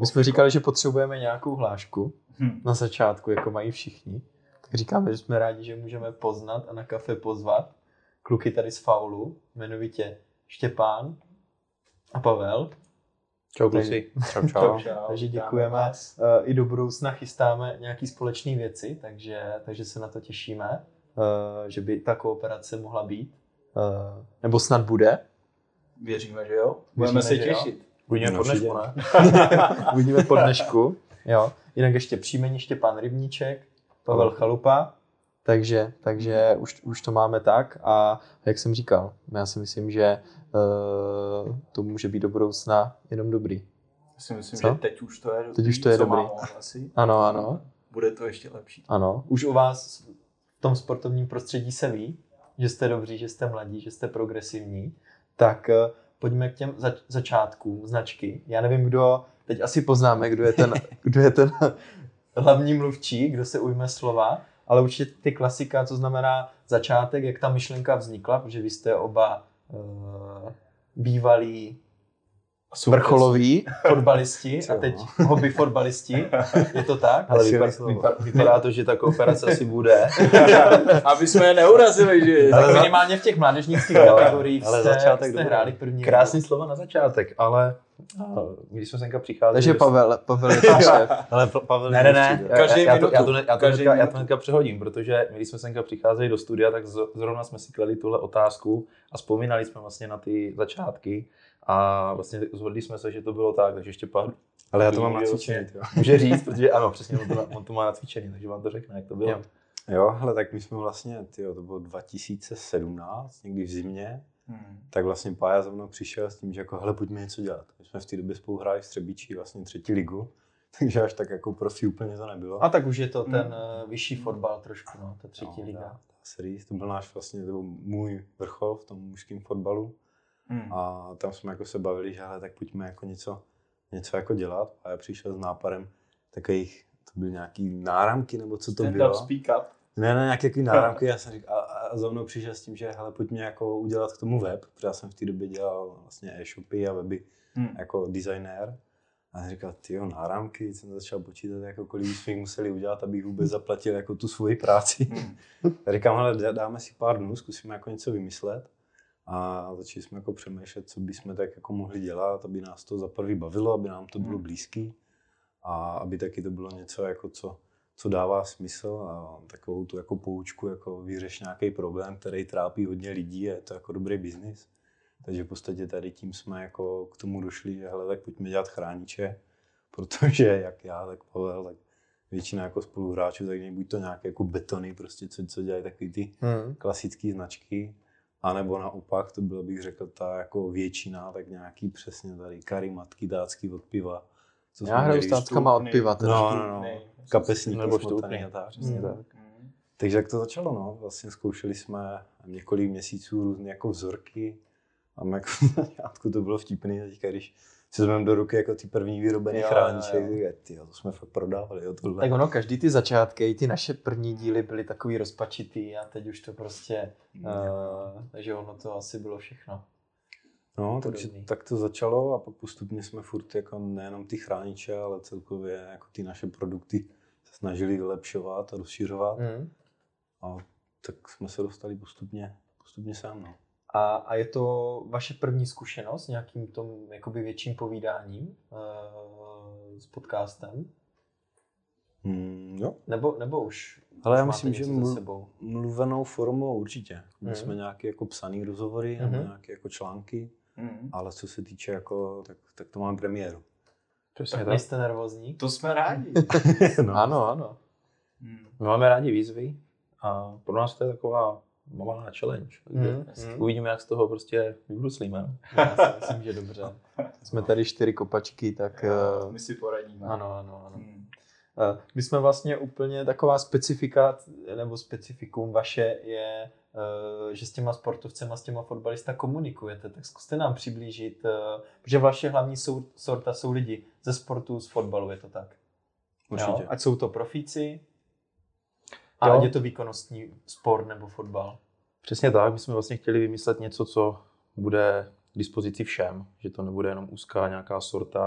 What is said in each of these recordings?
My jsme říkali, že potřebujeme nějakou hlášku na začátku, jako mají všichni. Tak říkáme, že jsme rádi, že můžeme poznat a na kafe pozvat kluky tady z Faulu, jmenovitě Štěpán a Pavel. Čau kluci. Čau. Takže děkujeme. I do budoucna chystáme nějaké společné věci, takže se na to těšíme, že by ta kooperace mohla být. Nebo snad bude. Věříme, že jo. Budeme se těšit. Uvidíme po dnešku, ne? Uvidíme po dnešku. Jo. Jinak ještě příjmení Štěpán Rybníček, Pavel Chalupa. Takže už to máme tak a jak jsem říkal, já si myslím, že to může být do budoucna jenom dobrý. Já si myslím, že teď už to je dobrý. Teď už to je dobrý. Ano. Bude to ještě lepší. Ano. Už u vás v tom sportovním prostředí se ví, že jste dobří, že jste mladí, že jste progresivní. Tak pojďme k těm začátkům značky. Já nevím, teď asi poznáme, kdo je ten hlavní mluvčí, kdo se ujme slova, ale určitě ty klasika, co znamená začátek, jak ta myšlenka vznikla, protože vy jste oba bývalí vrcholoví fotbalisti a teď hobby fotbalisti. Je to tak? Ale vypadá to, že ta kooperace asi bude. Aby jsme je neurazili, že? Tak minimálně v těch mládežnických kategoriích jste hráli první. Krásný slova na začátek, ale když jsme senka přicházeli... Takže Pavel je ten šéf. Ale Pavel ne. Já to hnedka přehodím, protože když jsme senka přicházeli do studia, tak zrovna jsme si kladli tuhle otázku a vzpomínali jsme vlastně na ty začátky a vlastně zhodli jsme se, že to bylo tak, takže ještě pár... Ale já to mám nacvičený. Může říct, protože ano, přesně on to má nacvičený, takže vám to řekne, jak to bylo. Jo, hele, tak my jsme vlastně, to bylo 2017, někdy v zimě, tak vlastně Pája za mnou přišel s tím, že jako, hele, pojďme něco dělat. My jsme v té době spolu hráli v Třebíči, vlastně 3. ligu, takže až tak jako profi úplně to nebylo. A tak už je to ten vyšší fotbal trošku, no, ta 3. liga. To byl náš vlastně, to byl můj vrchol v tom mužském fotbalu. A tam jsme jako se bavili, že hele, tak pojďme jako něco jako dělat. A já přišel s nápadem takových, to byly nějaký náramky, nebo co to bylo. Speak up. Ne, nějaký náramky, já jsem říkal, a za mnou přišel s tím, že hele, pojďme jako udělat k tomu web, protože já jsem v té době dělal vlastně e-shopy a weby jako designér. A já říkal, tyjo, náramky, jsem začal počítat, jako kolik jsme jich museli udělat, abych vůbec zaplatil jako tu svoji práci. Já říkám, hele, dáme si pár dnů, zkusíme jako něco vymyslet. A začali jsme jako přemýšlet, co bychom tak jako mohli dělat, aby nás to za prvý bavilo, aby nám to bylo blízký a aby taky to bylo něco, jako co dává smysl a takovou tu jako poučku, jako vyřeš nějaký problém, který trápí hodně lidí a je to jako dobrý biznis. Takže v podstatě tady tím jsme jako k tomu došli, že hele, tak pojďme dělat chrániče, protože jak já, tak Pavel, tak většina jako spoluhráčů, tak buď to nějaké jako betony, prostě co dělají takový ty klasické značky. A nebo naopak, to bylo, bych řekl, ta jako většina, tak nějaký přesně tady karimatky, dácky od piva. Já hraju s dáckama od piva. No. Kapesník nebo štoupný a tak, přesně tak. Takže jak to začalo, no. Vlastně zkoušeli jsme několik měsíců různé jako vzorky. A jako na začátku to bylo vtipný, teďka když si vezmeme do ruky jako ty první vyrobené chrániče, to jsme fakt prodávali. Jo, tohle. Tak ono, každý ty začátky, ty naše první díly byly takový rozpačitý a teď už to prostě, takže ono to asi bylo všechno. No, takže tak to začalo a pak postupně jsme furt jako nejenom ty chrániče, ale celkově jako ty naše produkty se snažili vylepšovat a rozšiřovat. A tak jsme se dostali postupně sem, no. A je to vaše první zkušenost s nějakým tom jakoby větším povídáním s podcastem? Jo. Nebo už? Ale já myslím, že mluvenou formou určitě. My jsme nějaké jako psaný rozhovory nebo nějaké jako články, ale co se týče jako, tak to máme premiéru. Tak nejste nervózní? To jsme rádi. No. Ano. My máme rádi výzvy a pro nás to je taková malá challenge. Uvidíme, jak z toho prostě vybruslíme. No? Já si myslím, že dobře. Jsme tady 4 kopačky, tak... My si poradíme. Ano. My jsme vlastně úplně taková specifikum vaše je, že s těma sportovcema, s těma fotbalista komunikujete, tak zkuste nám přiblížit, protože vaše hlavní sorta jsou lidi ze sportu, z fotbalu, je to tak? Určitě. Jo? Ať jsou to profíci, a ať je to výkonnostní sport nebo fotbal. Přesně tak, my jsme vlastně chtěli vymyslet něco, co bude k dispozici všem, že to nebude jenom úzká nějaká sorta,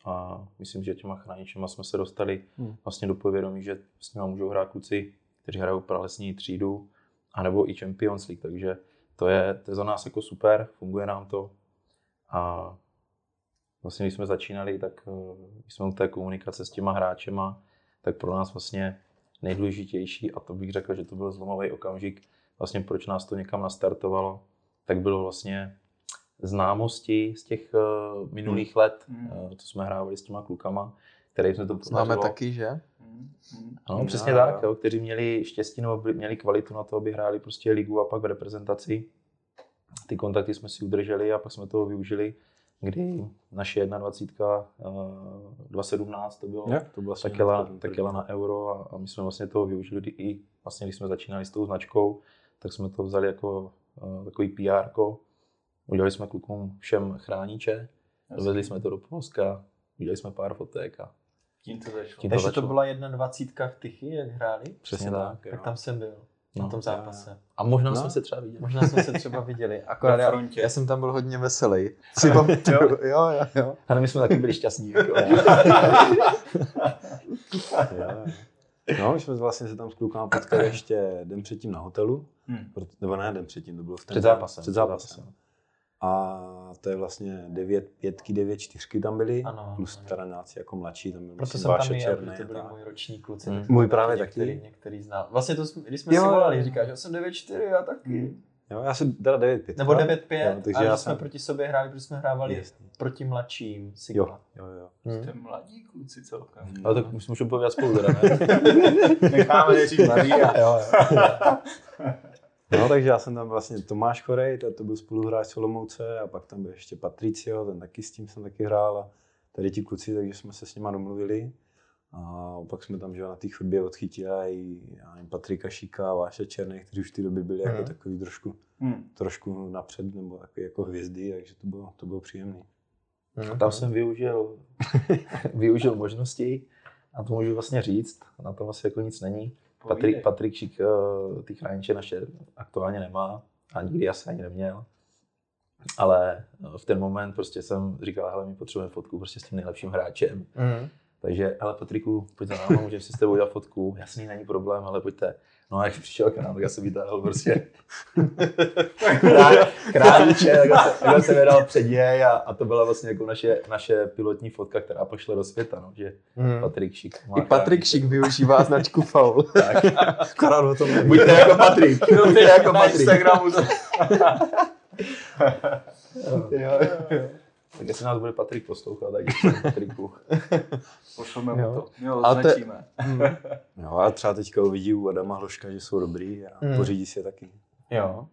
a myslím, že těma chráničema jsme se dostali vlastně do povědomí, že s nimi můžou hrát kluci, kteří hrajou pralesní třídu, anebo i Champions League, takže to je za nás jako super, funguje nám to. A vlastně když jsme začínali, tak když jsme u té komunikace s těma hráčema, tak pro nás vlastně nejdůležitější, a to bych řekl, že to byl zlomový okamžik, vlastně proč nás to někam nastartovalo, tak bylo vlastně známosti z těch minulých let, co jsme hrávali s těma klukama, které jsme to podařilo. Známe taky, že? Ano, přesně tak, jo, kteří měli štěstí nebo měli kvalitu na to, aby hráli prostě ligu a pak v reprezentaci. Ty kontakty jsme si udrželi a pak jsme toho využili, kdy naše 21, 2017 to bylo, tak jela na Euro a my jsme vlastně toho využili i vlastně, když jsme začínali s tou značkou, tak jsme to vzali jako takový PR-ko. Udělali jsme klukům všem chrániče, dovezli jsme to do Polska, udělali jsme pár fotek a tím to začalo. Takže to byla 21 v Tychy, jak hráli? Přesně tak. Tak tam jsem byl. Na tom zápase. A možná jsme se třeba viděli. Možná jsme se třeba viděli. Akorát já jsem tam byl hodně veselý. Si pamatuju. Jo. Ale my jsme taky byli šťastní. Jako. No, my jsme vlastně se tam s klukama potkali ještě den předtím na hotelu. Nebo ne den předtím, to bylo v ten před zápasem. A to je vlastně 9 pětky, 9 čtyřky tam byly, plus teda nějací jako mladší, tam byl proto jsem tam jel, to byli můj roční kluci. Můj právě taky. Některý znal. Vlastně to, když jsme si volali, říkáš, já jsem 9-4, já taky. Jo, já jsem teda 9-5. Nebo 9-5, ale jsme proti sobě hráli, protože jsme hrávali proti mladším Sigma. Jo. Jste mladí kluci celkem. Ale tak už můžu povědět spolu teda, ne? Necháme nejdřív mladý jo. No, takže já jsem tam vlastně Tomáš Korej, to byl spoluhráč z Olomouce a pak tam byl ještě Patricio, ten taky s tím jsem taky hrál a tady ti kluci, takže jsme se s nima domluvili a pak jsme tam že na té chodbě odchytili i Patrika Šíka a Váše Černý, kteří už v té době byli jako takový trošku napřed nebo takový jako hvězdy, takže to bylo příjemné. A tam jsem využil možnosti a to můžu vlastně říct, na tom asi jako nic není. Patrik Šik ty chrániče naše aktuálně nemá a nikdy asi ani neměl. Ale v ten moment prostě jsem říkal, hele, my potřebujeme fotku prostě s tím nejlepším hráčem. Takže, ale Patriku, pojď za náma, můžeme si s tebou udělat fotku, jasný, není problém, ale pojďte. No a jak přišel k nám, tak já jsem vytáhl prostě chrániče, takhle jsem je dal před něj a to byla vlastně jako naše pilotní fotka, která pošle do světa, no, že Patrik Šik. I Patrik Šik využívá značku Faul. Tak. Akorát o tom neví. Buďte jako Patrik. Buďte jako na Instagramu. Jo. Tak jestli nás bude Patrik poslouchat, tak Patriku. Pošleme mu to. Jo, a značíme. Jo, a třeba teďka uvidí u Adama Hloška, že jsou dobrý a pořídí si je taky. Jo.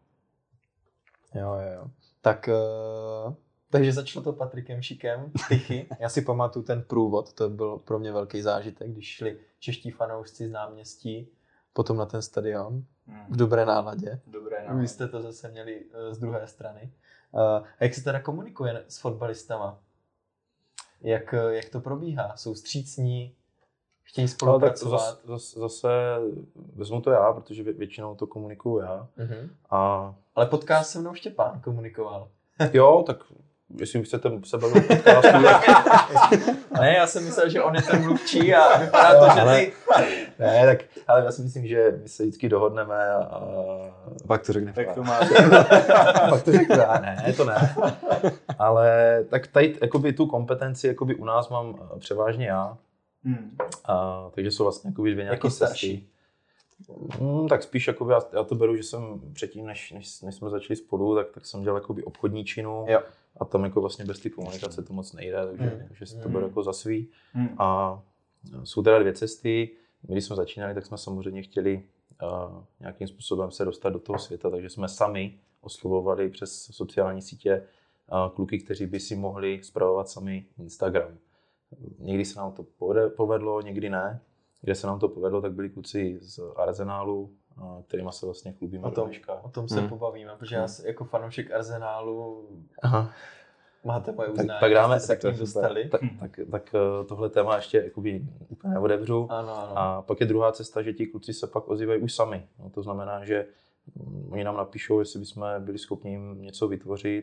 Tak, takže začalo to Patrikem Šikem, Tychy. Já si pamatuju ten průvod, to byl pro mě velký zážitek, když šli čeští fanoušci z náměstí, potom na ten stadion, v dobré náladě. Vy jste to zase měli z druhé strany. A jak se teda komunikuje s fotbalistama? Jak to probíhá? Jsou vstřícní? Chtějí spolupracovat? No, zase vezmu to já, protože většinou to komunikuju já. Ale podcast se mnou Štěpán komunikoval. Jo, tak jestli chcete se bavit podcastu. Ne, já jsem myslel, že on je ten mluvčí a vypadá to, že ty... Ne, tak ale já si myslím, že my se vždycky dohodneme a pak to řekne. Tak to máte. Pak to řekne, ne, to ne. Ale tak tady jakoby tu kompetenci jakoby u nás mám převážně já. Takže jsou vlastně jakoby dvě nějaké cesty. Tak spíš jakoby, já to beru, že jsem předtím, než jsme začali spolu, tak jsem dělal jakoby obchodní činu. Jo. A tam jako vlastně bez té komunikace to moc nejde, takže si to beru jako za svý. A jsou teda dvě cesty. My, když jsme začínali, tak jsme samozřejmě chtěli nějakým způsobem se dostat do toho světa, takže jsme sami oslovovali přes sociální sítě kluky, kteří by si mohli spravovat sami Instagram. Někdy se nám to povedlo, někdy ne. Kde se nám to povedlo, tak byli kluci z Arsenálu, kterýma se vlastně chlubíme do dneška. O tom se pobavíme, protože já jako fanoušek Arsenálu máte moje uznání, tak dáme, jste se k ním dostali. Tak tohle téma ještě jakoby úplně neodevřu. Ano. A pak je druhá cesta, že ti kluci se pak ozývají už sami. No, to znamená, že oni nám napíšou, jestli bychom byli schopni jim něco vytvořit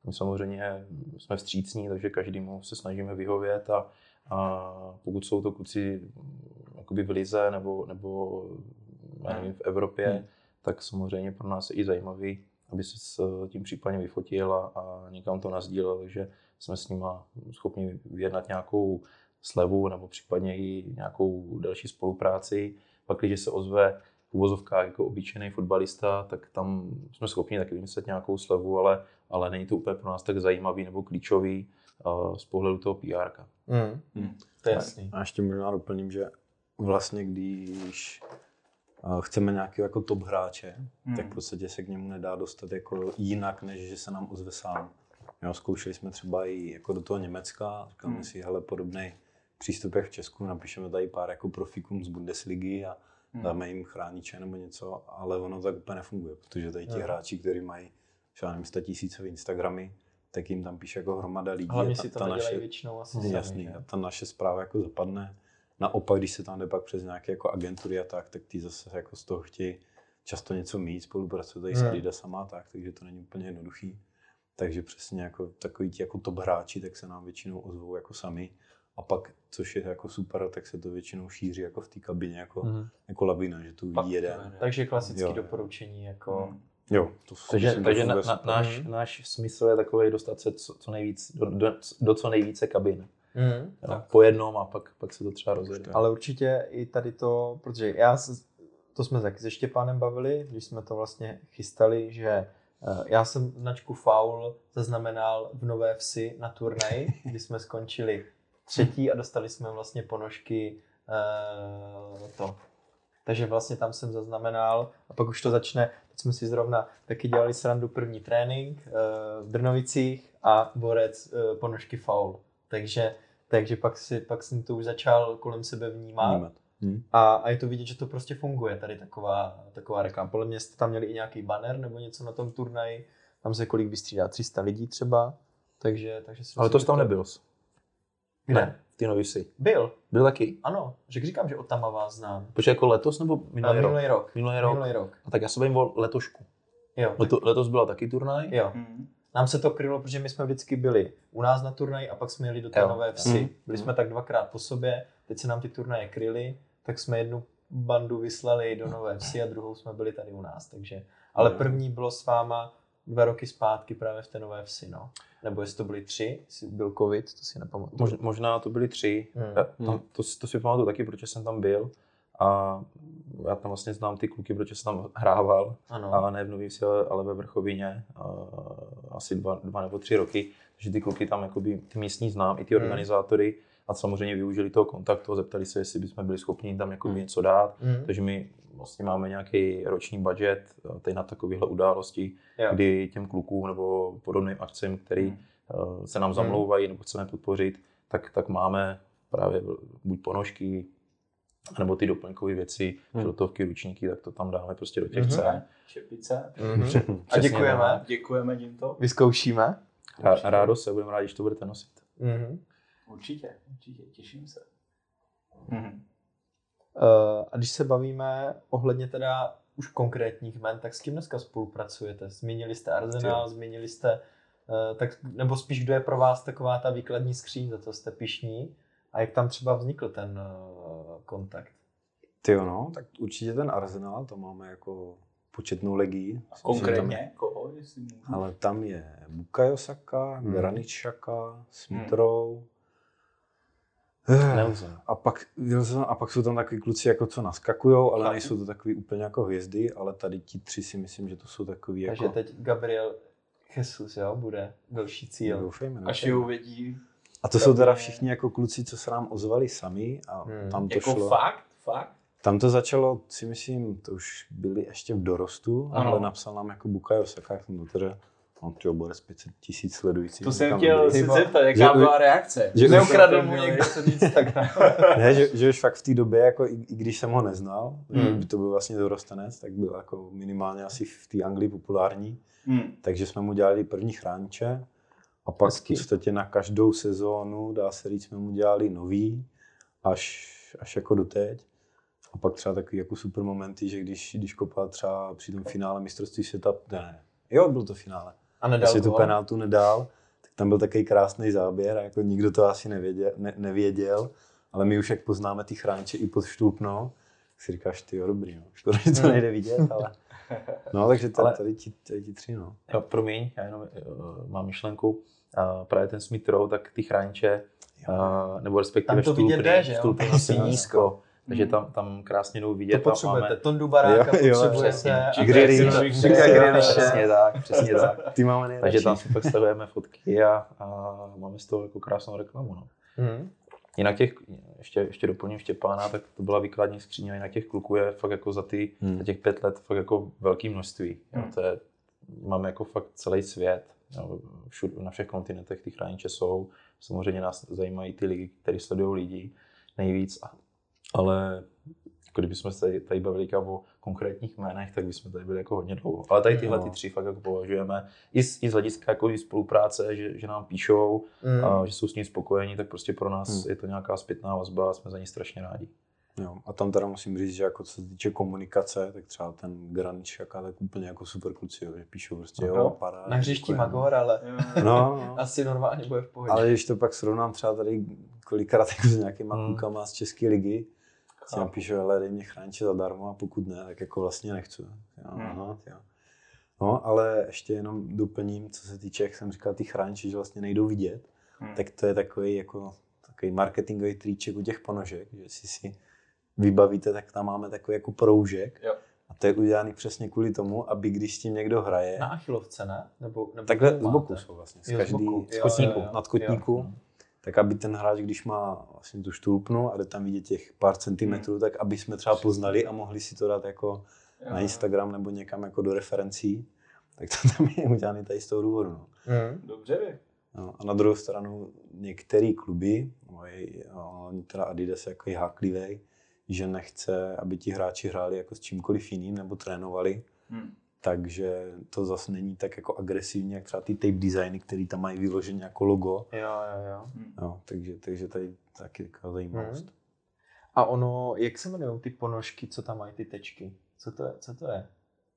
My samozřejmě jsme vstřícní, takže každému se snažíme vyhovět a pokud jsou to kluci jakoby v lize nebo já nevím, v Evropě, tak samozřejmě pro nás je i zajímavý, aby se s tím případně vyfotil a někam to nasdílel, takže jsme s nima schopni vyjednat nějakou slevu nebo případně i nějakou další spolupráci. Pak, když se ozve v uvozovkách jako obyčejný fotbalista, tak tam jsme schopni taky vymyslet nějakou slevu, ale není to úplně pro nás tak zajímavý nebo klíčový z pohledu toho PR-ka. To je jasný. A ještě možná doplním, že vlastně když chceme nějakého jako top hráče, tak v podstatě se k němu nedá dostat jako jinak, než že se nám ozve sám. Jo, zkoušeli jsme třeba i jako do toho Německa, říkáme si, hele, podobný přístup jak v Česku, napíšeme tady pár jako profíkům z Bundesligy a dáme jim chrániče nebo něco, ale ono tak úplně nefunguje, protože tady ti hráči, kteří mají třeba 100 000 Instagramy, tak jim tam píše jako hromada lidí. Hlavně si to nedělají většinou asi sami. Jasný, a ta naše zpráva jako zapadne. Naopak, když se tam jde pak přes nějaké jako agentury a tak ty zase jako z toho chtějí často něco mít, spolupracují tady s Adidasama, takže to není úplně jednoduchý. Takže přesně jako takový ti jako top hráči, tak se nám většinou ozvou jako sami. A pak, což je jako super, tak se to většinou šíří jako v té kabině, jako lavina, že tu vidí jeden. Takže klasické doporučení jako... Jo, to takže náš smysl je takový dostat se co nejvíc do co nejvíce kabin. Po jednom a pak se to třeba rozjede. Ale určitě i tady to, protože to jsme taky se Štěpánem bavili, když jsme to vlastně chystali, že já jsem značku Foul zaznamenal v Nové Vsi na turnaji, kdy jsme skončili 3. a dostali jsme vlastně ponožky to. Takže vlastně tam jsem zaznamenal a pak už to začne, teď jsme si zrovna taky dělali srandu první trénink v Drnovicích a Borec ponožky Foul. Takže pak jsem to už začal kolem sebe vnímat. A je to vidět, že to prostě funguje, tady taková reklama. Podle mě jste tam měli i nějaký banner nebo něco na tom turnaji, tam se kolik vystřídá, 300 lidí třeba, takže si ale to jsi tam nebyl. Kde? Ne, v té Nový Vsi. Byl Taky? Ano, že říkám, že od tam vás znám. Počkej, jako letos nebo minulý rok? Minulý rok. A tak já se bavím o letošku. Jo. Letos byla taky turnaj? Jo. Nám se to krylo, protože my jsme vždycky byli u nás na turnaji a pak jsme jeli do té Nové Vsi. Byli jsme tak 2krát po sobě, teď se nám ty turnaje kryly, tak jsme jednu bandu vyslali do Nové Vsi a druhou jsme byli tady u nás. Takže. Ale první bylo s váma 2 roky zpátky právě v té Nové Vsi, no. Nebo jestli to byly 3, jestli byl covid, to si nepamatuju. Možná to byly 3, to si pamatuju taky, protože jsem tam byl a já tam vlastně znám ty kluky, protože jsem tam hrával, a ne v Nový Vsi, ale ve Vrchovině, asi 2 nebo 3 roky, takže ty kluky tam jakoby, ty místní znám, i ty organizátory a samozřejmě využili toho kontaktu a zeptali se, jestli bychom byli schopni tam jakoby něco dát, takže my vlastně máme nějaký roční budget tady na takovéhle události, kdy těm klukům nebo podobným akcím, který se nám zamlouvají nebo chceme podpořit, tak máme právě buď ponožky, nebo ty doplňkové věci, šrotovky, ručníky, tak to tam dáme prostě do těch cen. Čepice. A děkujeme. Děkujeme tímto. Vyzkoušíme. A rádo se, budeme rádi, že to budete nosit. Určitě, těším se. A když se bavíme ohledně teda už konkrétních jmen, tak s kým dneska spolupracujete? Zmínili jste Arsenal, zmínili jste, nebo spíš kdo je pro vás taková ta výkladní skříň, za co jste pyšní? A jak tam třeba vznikl ten kontakt? Tak určitě ten Arsenal, to máme jako početnou legii. Konkrétně koho, jestli můžu? Ale tam je Bukayo Saka, Granit Xhaka, Smith Rowe. A pak jsou tam takový kluci, jako co naskakujou, ale nejsou to takový úplně jako hvězdy, ale tady ti 3 si myslím, že to jsou takový Takže jako... teď Gabriel Jesus, bude další cíl. Doufejme. Až ji uvidí. A to jsou teda všichni jako kluci, co se nám ozvali sami a tam to jako šlo. Fakt? Tam to začalo, si myslím, to už byli ještě v dorostu, ale napsal nám jako Bukayo Saka, jak jsem to teda, bude z 500 000 sledujících. To jsem chtěl si zeptat, jaká byla reakce. Neukradl mu někdo se Instagram. Ne, že už fakt v té době, jako i když jsem ho neznal, by to byl vlastně dorostenec, tak byl jako minimálně asi v té Anglii populární. Takže jsme mu dělali první chrániče a pak v podstatě na každou sezónu, dá se říct, jsme mu dělali nový, až jako doteď. A pak třeba takový jako super momenty, že když kopal třeba při tom finále mistrovství světa, byl to finále. jestli tu penaltu nedal, tak tam byl takový krásný záběr a jako nikdo to asi nevěděl, ale my už jak poznáme ty chrániče i pod štůpnou, si říkáš, ty jo, dobrý, no. Škoda, že to nejde vidět, ale... No, takže tady ti tři, no. Jo, promiň, já jenom mám myšlenku. Právě ten Smith Rowe, tak ty chrániče, nebo respektive štůlpy nosí nízko. Takže tam krásně jdou vidět. To potřebujete, Tondu Baráka potřebujete. Přesně tak. Ty máme nejlepší. Takže tam si pak stavujeme fotky a máme z toho jako krásnou reklamu. No. Jinak ještě doplním Štěpána, tak to byla výkladní skříně, jinak těch kluků je fakt jako za těch 5 let fakt jako velké množství. Jo, máme jako fakt celý svět. Jo, na všech kontinentech ty chrániče jsou. Samozřejmě nás zajímají ty ligy, které sledují lidi nejvíc. Ale jako kdybychom se tady bavili o konkrétních jménech, tak bychom tady byli jako hodně dlouho. Ale tady tyhle ty tři fakt jako považujeme i z hlediska jako spolupráce, že nám píšou, že jsou s ním spokojení, tak prostě pro nás je to nějaká zpětná vazba a jsme za ní strašně rádi. Jo, a tam teda musím říct, že jako co se týče komunikace, tak třeba ten Granič tak úplně jako super kluci, že píšou prostě paráda. Na hřišti Magor, ale no. asi normálně bude v pohodě. Ale když to pak srovnám třeba tady kolikrát jako s nějakýma klukama z České ligy, si napíšu, hele, dej mě Chrániče zadarmo a pokud ne, tak jako vlastně nechci. Jo. No, ale ještě jenom doplním, co se týče, jak jsem říkal, ty Chrániče, že vlastně nejdou vidět, tak to je takový marketingový triček u těch ponožek, že si vybavíte, tak tam máme takový jako proužek. Jo. A to je udělaný přesně kvůli tomu, aby když s tím někdo hraje... Na achilovce, ne? Nebo takhle z boku jsou vlastně, nad kotníku. Tak aby ten hráč, když má vlastně tu štulpnu a jde tam vidět těch pár centimetrů, tak aby jsme třeba poznali a mohli si to dát jako na Instagram nebo někam jako do referencí, tak to tam je udělaný tady z toho důvodu. No. Dobře. No, a na druhou stranu některé kluby, teda Adidas je jako háklivý, že nechce, aby ti hráči hráli jako s čímkoliv jiným nebo trénovali. Takže to zase není tak jako agresivní, jak třeba ty tape designy, který tam mají vyloženě jako logo. Jo. No, takže tady taky taková zajímavost. A ono, jak se jmenují ty ponožky, co tam mají ty tečky? Co to je?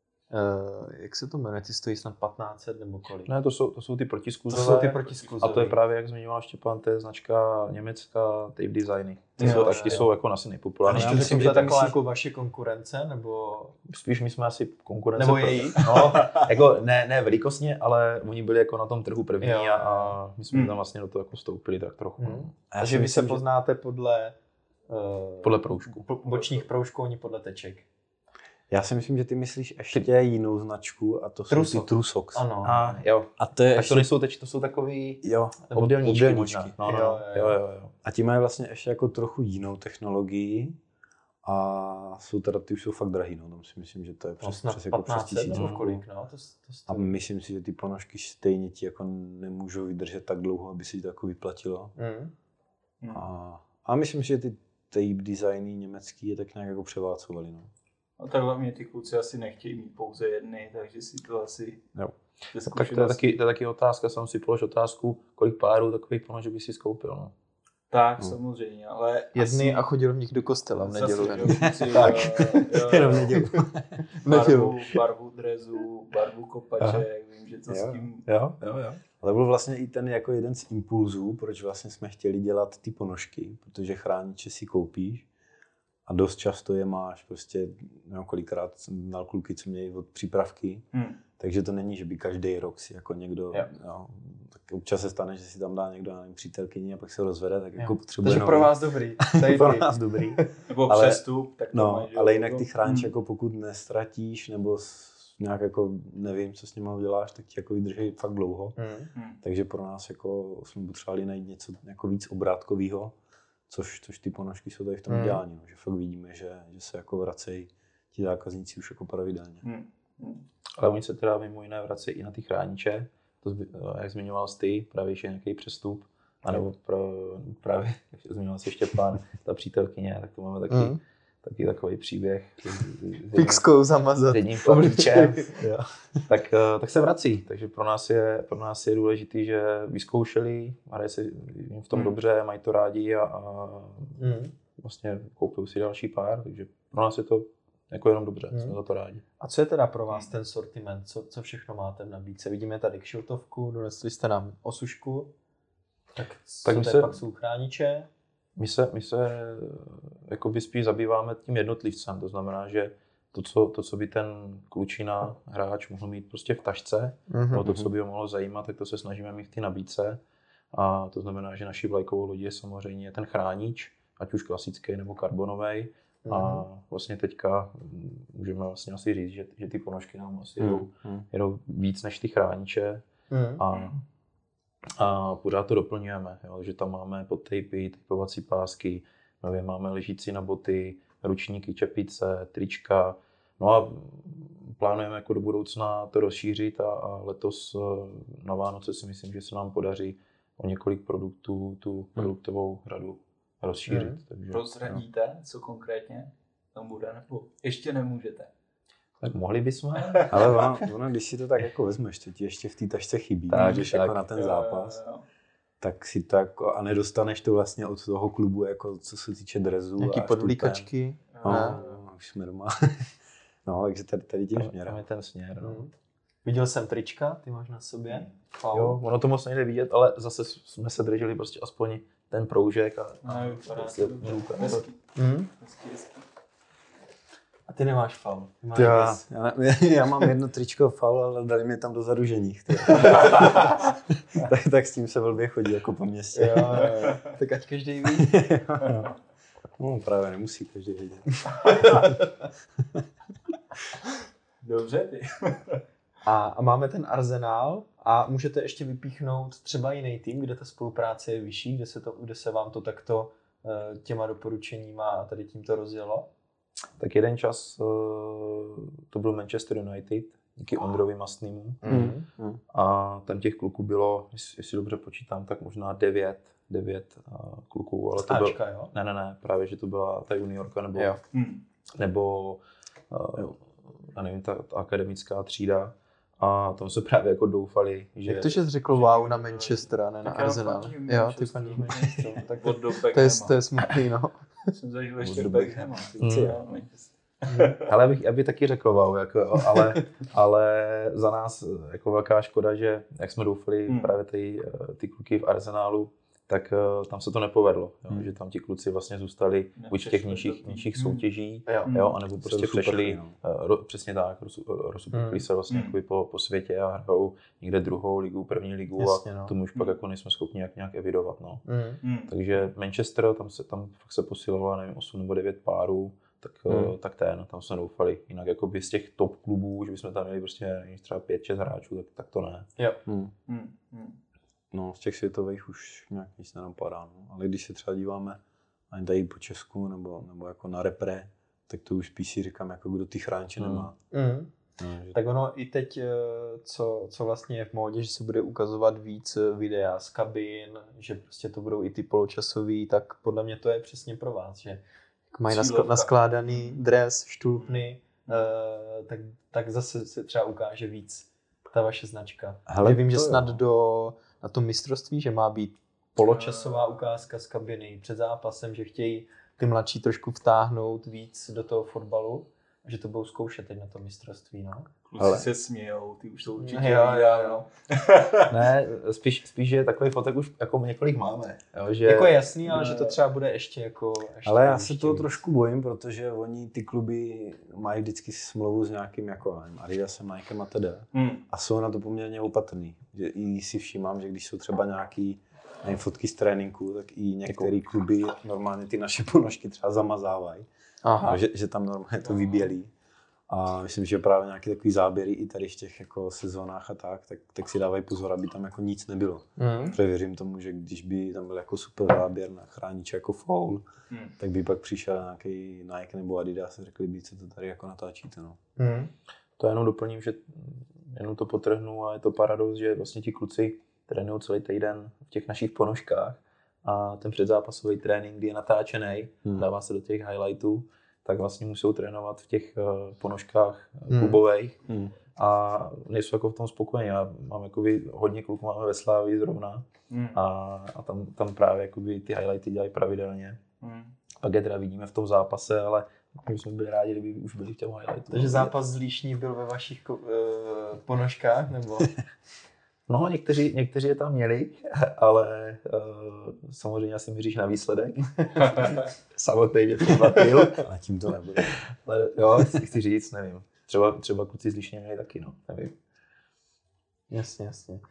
Jak se to jmenuje? Ty stojí snad 1500 nebo kolik? Ne, to jsou ty protiskluzové. To jsou ty protiskluzové. A to je právě, jak zmiňoval Štěpán, to je značka německá tape designy. Ty jsou jako asi nejpopulárnější. Já myslím, že to je taková jako vaše konkurence, nebo... Spíš my jsme asi konkurence. Nebo její? No, jako ne velikostně, ale oni byli jako na tom trhu první a my jsme tam vlastně do toho jako vstoupili tak trochu. Takže vy se poznáte podle proužku. Bočních proužků, oni podle teček. Já si myslím, že ty myslíš ještě jinou značku a to jsou ty True Socks. Ano. Jo. A to je tak to nejsou tečky, to jsou takový obdélníčky. No. A ti mají vlastně ještě jako trochu jinou technologii a jsou teda, ty už jsou fakt drahý, no. Tam si myslím, že to je přes jako 1500 nebo kolik, no. A myslím si, že ty ponožky stejně ti jako nemůžou vydržet tak dlouho, aby si to jako vyplatilo. A myslím si, že ty tape designy německý je tak nějak jako převálcovali, no. A tak hlavně ty kluci asi nechtějí mít pouze jedny, takže si to asi... Jo. Tak to je taky otázka, jsem si položil otázku, kolik párů takových ponožek by si skoupil, no. Tak, samozřejmě, ale... Jedny a chodil v nich do kostela v nedělu. Tak, jenom v nedělu. Barvu drezu, barvu kopaček, vím, že to s tím... Jo. Ale byl vlastně i ten jako jeden z impulzů, proč vlastně jsme chtěli dělat ty ponožky, protože chrániče si koupíš a dost často je máš prostě, kolikrát jsem měl kluky, co měli od přípravky, takže to není, že by každý rok si jako někdo, tak občas se stane, že si tam dá někdo, nevím, přítelkyni a pak se rozvede, tak jako potřebuje Takže pro vás dobrý. Pro nás dobrý. Nebo přestup, tak to mají, ale jinak ty chrániče, jako pokud nestratíš, nebo nějak jako nevím, co s nimi uděláš, tak ti jako vydrží fakt dlouho. Takže pro nás jako jsme potřebovali najít něco jako víc obrátkového, což ty ponožky jsou tady v tom dělání, že fakt vidíme, že se jako vracejí ti zákazníci už jako pravidelně. Ale oni se teda mimo jiné vracejí i na ty chrániče, to, jak zmiňoval ty, právě že nějaký přestup, anebo právě, jak zmiňoval se Štěpán, ta přítelkyně, tak to máme taky takový příběh. Fixkou zamazat. S jedním chlapíčem. tak se vrací. Takže pro nás je důležitý, že vyzkoušeli, hraje se jim v tom dobře, mají to rádi a vlastně koupili si další pár. Takže pro nás je to jako jenom dobře, jsme za to rádi. A co je teda pro vás ten sortiment? Co všechno máte v nabídce? Vidíme tady kšiltovku, donesli jste nám osušku, tak pak jsou chrániče. My se jakoby spíš zabýváme tím jednotlivcem, to znamená, že to, co by ten klučina hráč mohl mít prostě v tašce, nebo to, co by ho mohlo zajímat, tak to se snažíme mít v té nabídce. A to znamená, že naší vlajkovou lodí je samozřejmě ten chránič, ať už klasický nebo karbonový. A vlastně teďka můžeme vlastně asi říct, že ty ponožky nám asi jedou víc než ty chrániče. A pořád to doplňujeme, jo, že tam máme podtejpy, tejpovací pásky, nově máme ležící na boty, ručníky, čepice, trička. No a plánujeme jako do budoucna to rozšířit a letos na Vánoce si myslím, že se nám podaří o několik produktů tu produktovou řadu rozšířit. Takže, prozradíte, co konkrétně tam bude, nebo ještě nemůžete? Tak mohli bychom. Ale ono, když si to tak jako vezmeš, to ti ještě v té tašce chybí, když jako na ten zápas, tak si to jako, a nedostaneš to vlastně od toho klubu, jako co se týče drezů. Nějaký podvlíkačky. Už jsme doma. No, takže tady tím směrem. Tam je ten směr. Viděl jsem trička, ty máš na sobě. Jo, ono to moc nejde vidět, ale zase jsme se drželi prostě aspoň ten proužek a A ty nemáš faul. Já mám jedno tričko faul, ale dali mi tam dozadu ženích. tak s tím se blbě chodí jako po městě. Jo. Tak ať každý ví. No právě nemusí každý vědět. Dobře, ty. A máme ten arzenál a můžete ještě vypíchnout třeba jiný tým, kde ta spolupráce je vyšší, kde se vám to takto těma doporučeníma a tady tímto rozjelo? Tak jeden čas to byl Manchester United, díky Ondrovi Mastnýmu. A tam těch kluků bylo, jestli dobře počítám, tak možná 9 kluků. Ale to Stáčka, jo? Ne, právě, že to byla ta juniorka nebo já nevím, ta akademická třída. A tam se právě jako doufali, že... Jak to, že jsi řekl wow na Manchester a ne na Arsenal? Jo, ty faníš Manchester. Tak to je smutný, no. Jsem zažil ještě Beckhama. Ale já bych taky řekl wow, jako, ale za nás jako velká škoda, že jak jsme doufali právě ty kluky v Arsenálu, tak tam se to nepovedlo, že tam ti kluci vlastně zůstali buď v těch nižších soutěží, anebo prostě přešli, přesně tak, rozsuprchli se vlastně jakoby po světě a hrajou někde druhou ligu, první ligu. Jasně, a tomu už pak jako nejsme schopni nějak evidovat. No. Takže Manchester, tam fakt se posilovalo, nevím, 8 nebo 9 párů, tak tam jsme doufali. Jinak jakoby z těch top klubů, že bychom tam měli prostě třeba 5-6 hráčů, tak to ne. Jo. No, z těch světových už nějak nic nenapadá, no. Ale když se třeba díváme ani tady po Česku nebo jako na repre, tak to už spíš si říkám, jako kdo ty chrániče nemá. No, tak ono i teď, co vlastně je v módě, že se bude ukazovat víc videa z kabin, že prostě to budou i ty poločasový, tak podle mě to je přesně pro vás, že jak mají naskládaný dres, štulpny, tak zase se třeba ukáže víc ta vaše značka. Hele, vím, že snad na tom mistrovství, že má být poločasová ukázka z kabiny před zápasem, že chtějí ty mladší trošku vtáhnout víc do toho fotbalu, že to budou zkoušet teď na tom mistrovství, no. Kluci se smějou, ty už to určitě jo. Ne, spíš, že takový fotek už jako několik máme. Jo, že... Jako je jasný, ale že to třeba bude ještě jako... Ale já se toho trošku bojím, protože oni, ty kluby, mají vždycky smlouvu s nějakým jako Adidasem, Nikem a tedy. A jsou na to poměrně opatrný. Že i si všímám, že když jsou třeba nějaký fotky z tréninku, tak i některé kluby normálně ty naše ponožky třeba zamazávají. Že tam normálně to vybělí. A myslím, že právě nějaké takové záběry i tady v těch jako sezónách a tak si dávají pozor, aby tam jako nic nebylo. Protože věřím tomu, že když by tam byl jako super záběr na chrániče jako foul, tak by pak přišel nějaký Nike nebo Adidas a řekli by, co to tady jako natáčíte. No. To jenom doplním, že jenom to potrhnu a je to paradox, že vlastně ti kluci trénují celý týden v těch našich ponožkách a ten předzápasový trénink, kdy je natáčený, dává se do těch highlightů, tak vlastně musou trénovat v těch ponožkách klubových a nejsou jako v tom spokojení. Já mám jakoby, hodně kluků máme ve Slávii zrovna a tam právě jakoby ty highlighty dělají pravidelně. Pak je teda vidíme v tom zápase, ale My jsme byli rádi, kdyby už byli v těm highlightů. Takže zápas z Líšní byl ve vašich ponožkách, nebo? No, někteří je tam měli, ale samozřejmě asi míříš na výsledek. Samotný mě to zmatil. A tím to nebude. Ale jo, chci říct, nevím. Třeba kluci z Líšně měli taky, no, nevím. Jasně.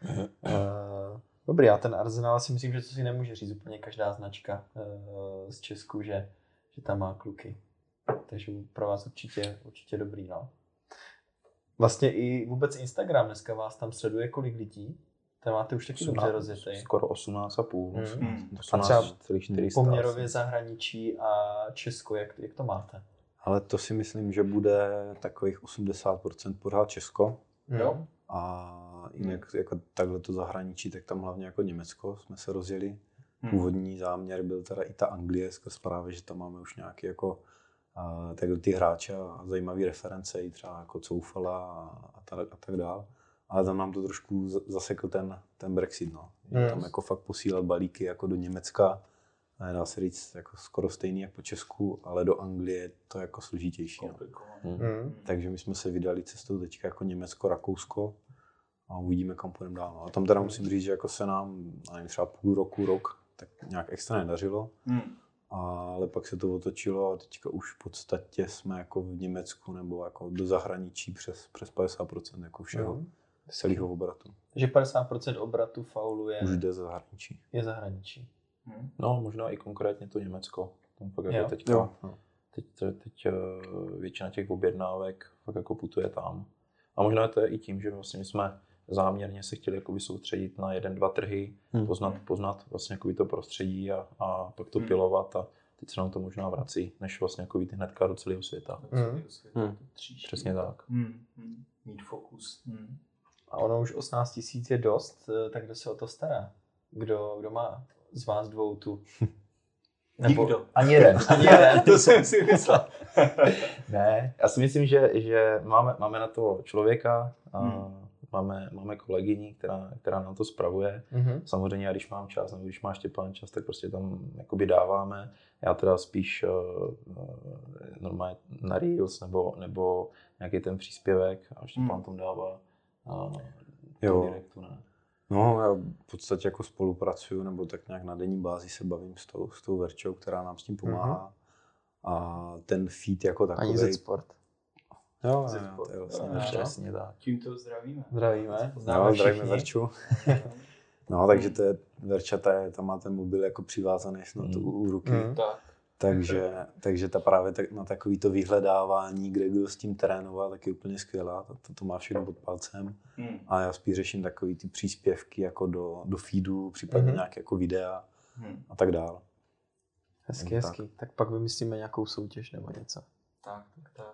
Dobrý, a ten Arsenal si myslím, že to si nemůže říct úplně každá značka z Česku, že tam má kluky. Takže pro vás určitě dobrý, no. Vlastně i vůbec Instagram dneska vás tam sleduje kolik lidí? Tam máte už taky dobře rozjetý. Skoro 18,5. A třeba 400 poměrově zahraničí a Česko, jak to máte? Ale to si myslím, že bude takových 80% pořád Česko. Jo. A jinak jako takhle to zahraničí, tak tam hlavně jako Německo jsme se rozjeli. Původní záměr byl teda i ta Anglie, skrz právě, že tam máme už nějaký jako takhle ty hráče a zajímavý reference, i třeba jako Coufala a tak dál. Ale tam nám to trošku zasekl ten Brexit, no. Tam jako fakt posílat balíky jako do Německa, dá se říct jako skoro stejný jak po Česku, ale do Anglie je to jako složitější. No. Takže my jsme se vydali cestou teďka jako Německo, Rakousko a uvidíme, kam půjdeme dál. No. A tam teda musím říct, že jako se nám třeba půl roku, rok tak nějak extra nedařilo. Ale pak se to otočilo a teďka už v podstatě jsme jako v Německu nebo jako do zahraničí přes 50% jako všeho, celého obratu. Takže 50% obratu faulu už jde zahraničí. Je zahraničí. No, možná i konkrétně to Německo. Tam fakt jako teď většina těch objednávek fakt jako putuje tam. A možná to je i tím, že vlastně my jsme záměrně se chtěli jakoby soustředit na 1-2 trhy, poznat vlastně jakoby to prostředí a pak to pilovat a teď se nám to možná vrací, než vlastně jakoby ty hnedka do celého světa. Přesně tak. Mít fokus. A ono už 18 000 je dost, tak kdo se o to stará? Kdo má z vás dvou tu? Nikdo. Ani jeden. To jsem si myslel. Ne, já si myslím, že máme na to člověka, máme kolegyni, která nám to spravuje. Samozřejmě, když mám čas, nebo když má Štěpán čas, tak prostě tam jakoby dáváme. Já teda spíš normálně na Reels nebo nějaký ten příspěvek a Štěpán tam dává direktu, ne? No, já v podstatě jako spolupracuju, nebo tak nějak na denní bázi se bavím s tou Verčou, která nám s tím pomáhá. A ten feed jako takový. Ani Z-Sport. Jo, to je vlastně přesně tak. Tímto zdravíme. Zdravíme Verču. No, takže to je, Verča, ta má ten mobil jako přivázaný snad u ruky. Takže ta právě na takový to vyhledávání, kde kdo s tím trénoval, tak je úplně skvělá. To má všechno pod palcem. A já spíš řeším takový ty příspěvky jako do feedu, případně nějaké jako videa a tak dále. Hezky. Tak pak vymyslíme nějakou soutěž nebo něco. Tak.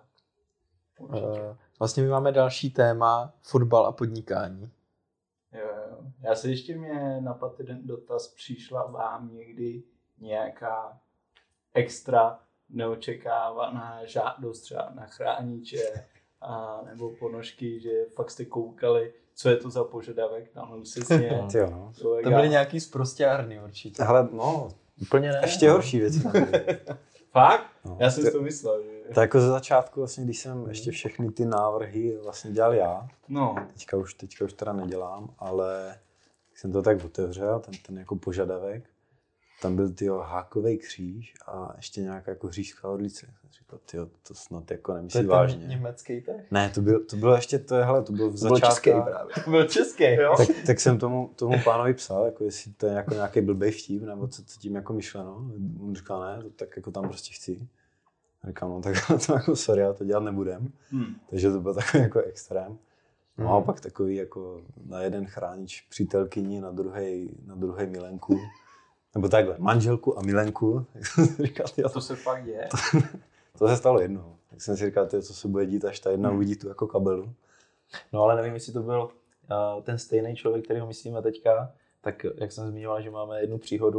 Vlastně my máme další téma, fotbal a podnikání. Jo. Já se ještě mě napadl jeden dotaz, přišla vám někdy nějaká extra neočekávaná žádost třeba na chrániče nebo ponožky, že fakt jste koukali, co je to za požadavek, tam už se směje. To byly nějaký sprosťárny určitě. Hele, no, úplně ne. Ještě horší věci. Fakt? No, já jsem si to myslel. Že... Tak jako ze začátku, vlastně, když jsem ještě všechny ty návrhy vlastně dělal já, teďka už teda nedělám, ale jsem to tak otevřel, ten jako požadavek, tam byl hákový kříž a ještě nějaká jako říšská orlice. Jsem říkal, to snad jako nemyslí vážně. To je ten německý tak? Ne, to bylo ještě, to byl v začátku. Český právě. To byl český, jo? Tak jsem tomu pánovi psal, jako jestli to je jako nějaký blbej vtip, nebo co tím jako myšleno. On říkal, ne, tak jako tam prostě chci. A říkal, no tak to jako sorry, já to dělat nebudem. Takže to byl takový jako extrém. No a pak takový jako na jeden chránič přítelkyni, na druhý milenku. Nebo takhle, manželku a milenku. Říkal, to se fakt děje. To se stalo jednou. Tak jsem si říkal, co se bude dít, až ta jedna uvidí tu jako kabelu. No ale nevím, jestli to byl ten stejný člověk, kterýho myslíme teďka. Tak jak jsem zmiňoval, že máme jednu příhodu,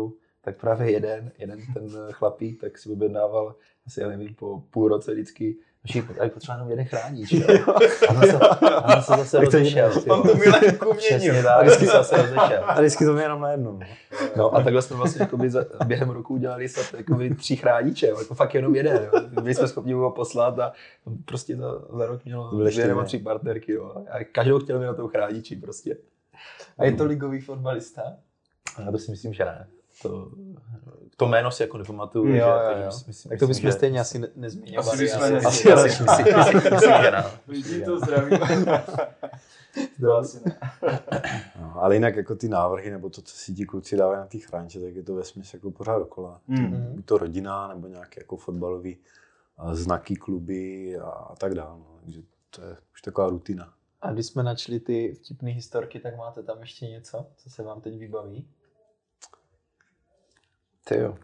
tak právě jeden ten chlapík, tak si objednával asi, já nevím, po půl roce vždycky, tady potřeba jenom jeden chránič, jo. A on se zase rozešel. On tu milenku měnil. A vždycky se zase rozešel. A vždycky to mě jenom na jednu. No a takhle jsme vlastně během roku udělali snad 3 chrániče, jako fakt jenom jeden. Jo. Byli jsme schopni ho poslat a prostě to za rok mělo 2 nebo 3 partnerky. Jo. A každou chtěl mi na tom chrániči prostě. A je to ligový fotbalista? A já to si myslím, že ne. To jméno si jako nepamatuju. Jo. Tak to bychom stejně asi nezmínili. Asi bychom Myslím, že ne. Lidi to zdraví. To asi ne. No, ale jinak jako ty návrhy, nebo to, co si ti kluci dávají na ty chrániče, tak je to vesměs jako pořád dokola. Buď to rodina, nebo nějaké jako fotbalový znaky, kluby a tak dále. No. Takže to je už taková rutina. A když jsme načli ty vtipné historky, tak máte tam ještě něco, co se vám teď vybaví? Tyjo.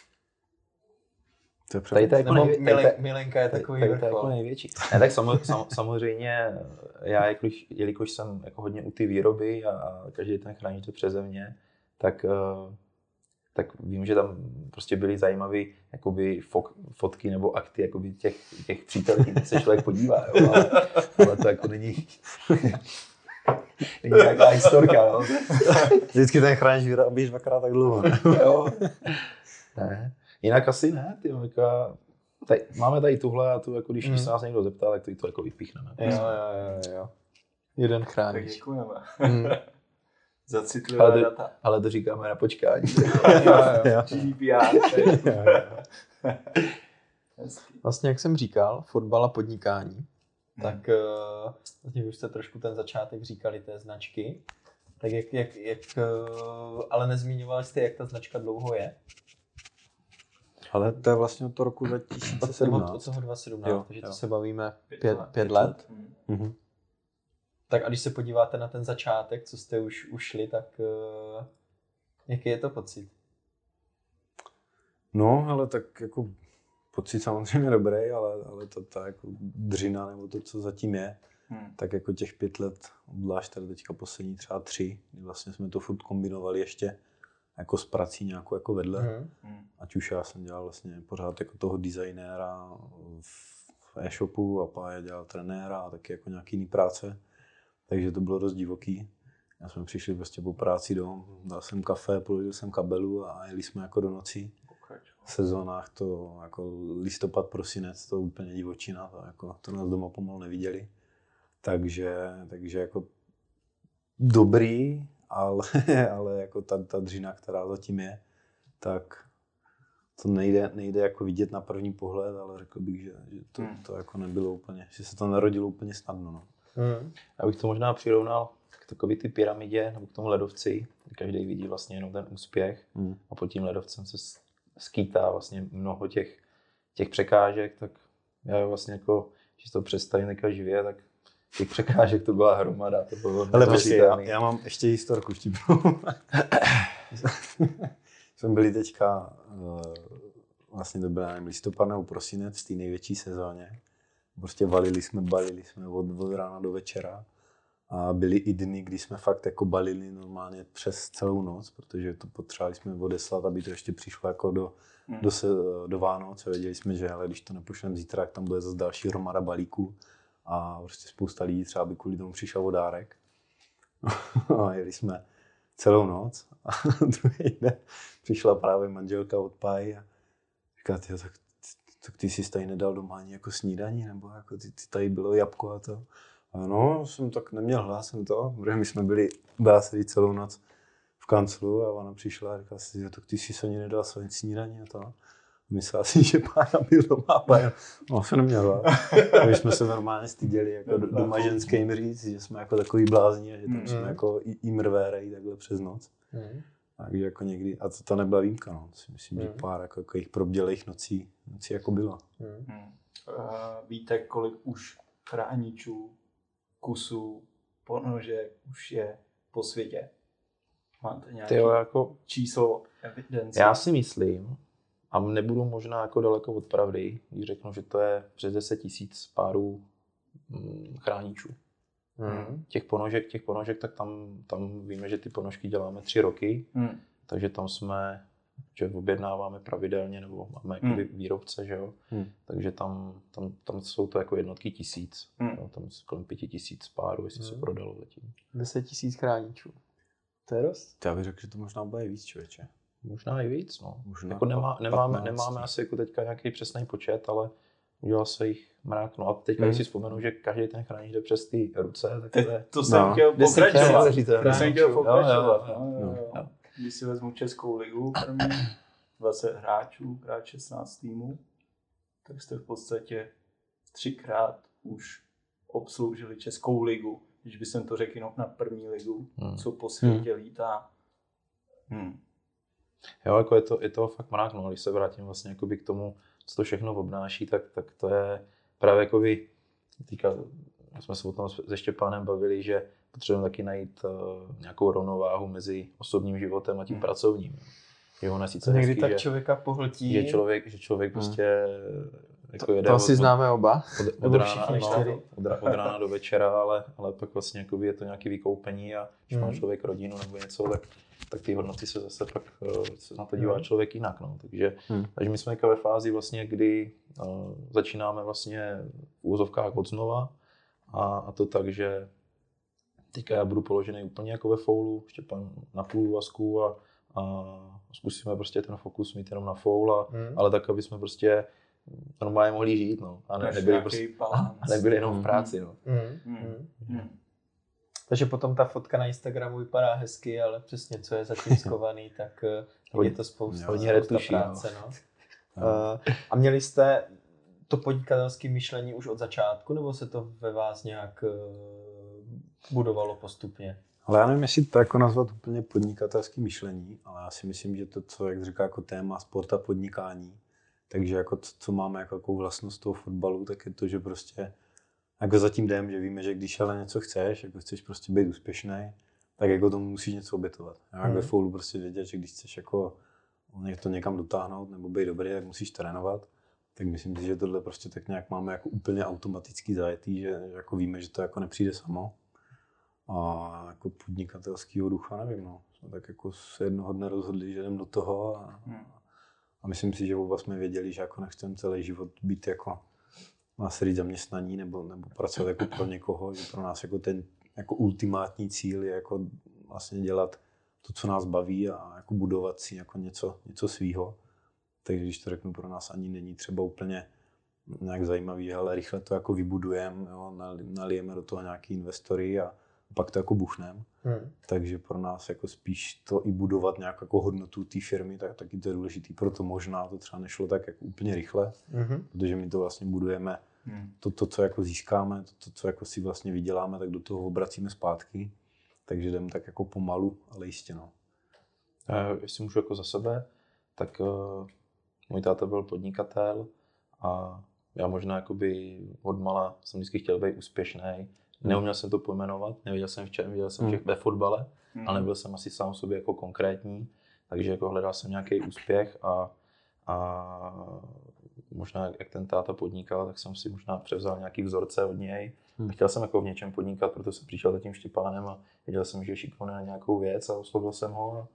To je Tady jako Milenka je takový vrchol. Jako největší. Ne, tak samozřejmě já, jelikož jsem jako hodně u ty výroby a každý ten chránič to přeze mě, tak vím, že tam prostě byly zajímavé jakoby fotky nebo akty jakoby těch přítelkyň, kde se člověk podívá, jo, ale to jako není nějaká historka. Jo. Vždycky ten chránič vyrábíš 2krát tak dlouho. Jo. Ne. Jinak asi ne, máme tady tuhle a tu, jako když se nás někdo zeptá, tak to jako vypíchneme. Jo. Jeden Tak chránič. děkujeme. Za citlivá data. Ale to říkáme na počkání. Jo. GDPR. Vlastně, jak jsem říkal, fotbal a podnikání, tak vlastně už jste trošku ten začátek říkali té značky. Tak ale nezmíňovali jste, jak ta značka dlouho je? Ale to je vlastně od toho roku 2017. Od toho 2017, jo, takže jo. to se bavíme 5 let. Mm-hmm. Tak a když se podíváte na ten začátek, co jste už ušli, tak jaký je to pocit? No, ale tak jako pocit samozřejmě dobrý, ale ta jako dřina nebo to, co zatím je, tak jako těch 5 let, obzvlášť tady teďka poslední třeba 3, kdy vlastně jsme to furt kombinovali ještě jako s prací nějakou jako vedle. Ať už já jsem dělal vlastně pořád jako toho designéra v e-shopu a Pája dělal trenéra a taky jako nějaký jiný práce. Takže to bylo dost divoký. Já jsme přišli prostě po práci domů, dal jsem kafe, položil jsem kabelu a jeli jsme jako do noci. V sezónách to jako listopad, prosinec, to úplně divočina, to nás doma pomalu neviděli. Takže jako dobrý, ale jako ta dřina, která zatím je, tak to nejde jako vidět na první pohled, ale řekl bych, že to jako nebylo úplně, že se to narodilo úplně snadno. No. Já bych to možná přirovnal k takové ty pyramidě nebo k tomu ledovci. Každý vidí vlastně jenom ten úspěch a pod tím ledovcem se skýtá vlastně mnoho těch překážek, tak já vlastně jako, když to představím teďka živě, tak těch překážek to byla hromada. To bylo ale počkej, já mám ještě historku vtipnou. Jsme byli teďka, vlastně to byla listopad nebo prosinec v té největší sezóně. Prostě balili jsme od rána do večera a byly i dny, kdy jsme fakt jako balili normálně přes celou noc, protože to potřebovali jsme odeslat, aby to ještě přišlo jako do Vánoc. Věděli jsme, že ale když to nepošleme zítra, tak tam bude zase další hromada balíků a prostě spousta lidí třeba by kvůli tomu přišel o dárek. A jeli jsme celou noc a druhý den přišla právě manželka od Páji a říká, tak ty jsi tady nedal doma ani jako snídaní, nebo jako ty tady bylo jabko a to. A no, jsem tak neměl hlas, jsem to, protože my jsme byli, dá se říct, celou noc v kanclu a ona přišla a říkala si, tak ty jsi ani nedal své snídaní a to. Myslela si, že Pája byl doma a Pája, no, jsem neměl hlas. My jsme se normálně styděli jako doma ženským říct, že jsme jako takový blázni a že tam jsme jako i mrvérej takhle přes noc. Takže jako někdy, a to nebyla výjimka, no. Myslím, že pár jako jich probdělejch nocí jako bylo. Víte, kolik už chráničů, kusů, ponožek už je po světě? Máte nějaké jako číslo, evidenci? Já si myslím, a nebudu možná jako daleko od pravdy, když řeknu, že to je přes 10 000 párů chráničů. Těch ponožek, tak tam víme, že ty ponožky děláme 3 roky, takže tam jsme že objednáváme pravidelně, nebo máme jakoby výrobce, že jo, takže tam jsou to jako jednotky tisíc, jo? Tam kolem 5000 párů, jestli se prodalo zatím. 10 000 chráničů. To je dost? Já bych řekl, že to možná bude i víc, člověče. Možná i víc, no. Možná jako nemáme asi jako teďka nějaký přesný počet, ale udělal se jich mrak. No a teďka, když si vzpomenu, že každý ten chránič jde přes ty ruce, tak to je... To jsem chtěl pokračovat. Když si vezmu Českou ligu první, 20 hráčů, krát 16 týmů, tak jste v podstatě 3krát už obsloužili Českou ligu. Když by jsem to řekl jenom na první ligu, co po světě lítá. Jo, jako je to fakt mrak, no. Když se vrátím vlastně k tomu, co to všechno obnáší, tak to je právě jakoby, jsme se o tom se Štěpánem bavili, že potřebujeme taky najít nějakou rovnováhu mezi osobním životem a tím pracovním. Že ono je sice někdy hezký, tak že, člověka pohltí. že člověk prostě jako jede to asi známe oba. od rána do večera, ale pak vlastně je to nějaké vykoupení a když má člověk rodinu nebo něco, tak ty hodnoty se zase pak se na to dívá člověk jinak. No. Takže my jsme ve fázi vlastně, kdy začínáme vlastně v úvozovkách od znova a to tak, že teďka já budu položený úplně jako ve foulu, Štěpán na půl úvazku a zkusíme prostě ten fokus mít jenom na foul, ale tak, aby jsme prostě normálně mohli žít, no. A nebyli jenom v práci, no. Takže potom ta fotka na Instagramu vypadá hezky, ale přesně co je zatím skovaný, tak je to spousta práce, no. A měli jste to podnikatelské myšlení už od začátku, nebo se to ve vás nějak budovalo postupně? Ale já nevím, jestli to jako nazvat úplně podnikatelské myšlení, ale já si myslím, že to, co jak říká jako téma sport a podnikání, takže jako to, co máme jako vlastnost toho fotbalu, tak je to, že prostě jako za tím jdem, že víme, že když ale něco chceš, jako chceš prostě být úspěšný, tak jako tomu musíš něco obětovat. Jak ve foulu prostě vědět, že když chceš jako to někam dotáhnout nebo být dobrý, tak musíš trénovat. Tak myslím si, že tohle prostě tak nějak máme jako úplně automaticky zajetý, že jako víme, že to jako nepřijde samo. A jako podnikatelského ducha nevím, no. Jsme tak jako se jednoho dne rozhodli, že jdem do toho a myslím si, že oba jsme věděli, že jako nechceme celý život být jako má se říct zaměstnaní nebo pracovat jako pro někoho, že pro nás jako ten jako ultimátní cíl je jako vlastně dělat to, co nás baví a jako budovat si jako něco svýho. Takže když to řeknu, pro nás ani není třeba úplně nějak zajímavý, ale rychle to jako vybudujeme, nalijeme do toho nějaký investory a pak to jako buchneme. Takže pro nás jako spíš to i budovat nějakou jako hodnotu té firmy, tak taky to je důležitý. Proto možná to třeba nešlo tak jako úplně rychle, protože my to vlastně budujeme, to, co jako získáme, to, co jako si vlastně vyděláme, tak do toho obracíme zpátky. Takže jdeme tak jako pomalu, ale jistě, no. Jestli můžu jako za sebe, tak můj táta byl podnikatel a já možná jakoby odmala jsem vždycky chtěl být úspěšný. Neuměl jsem to pojmenovat, nevěděl jsem v čem, viděl jsem ve fotbale, ale nebyl jsem asi sám sobě jako konkrétní, takže jako hledal jsem nějaký úspěch a možná jak ten táta podnikal, tak jsem si možná převzal nějaký vzorce od něj. Chtěl jsem jako v něčem podnikat, proto jsem přišel za tím Štěpánem a viděl jsem, že je šikovný na nějakou věc a oslovil jsem ho.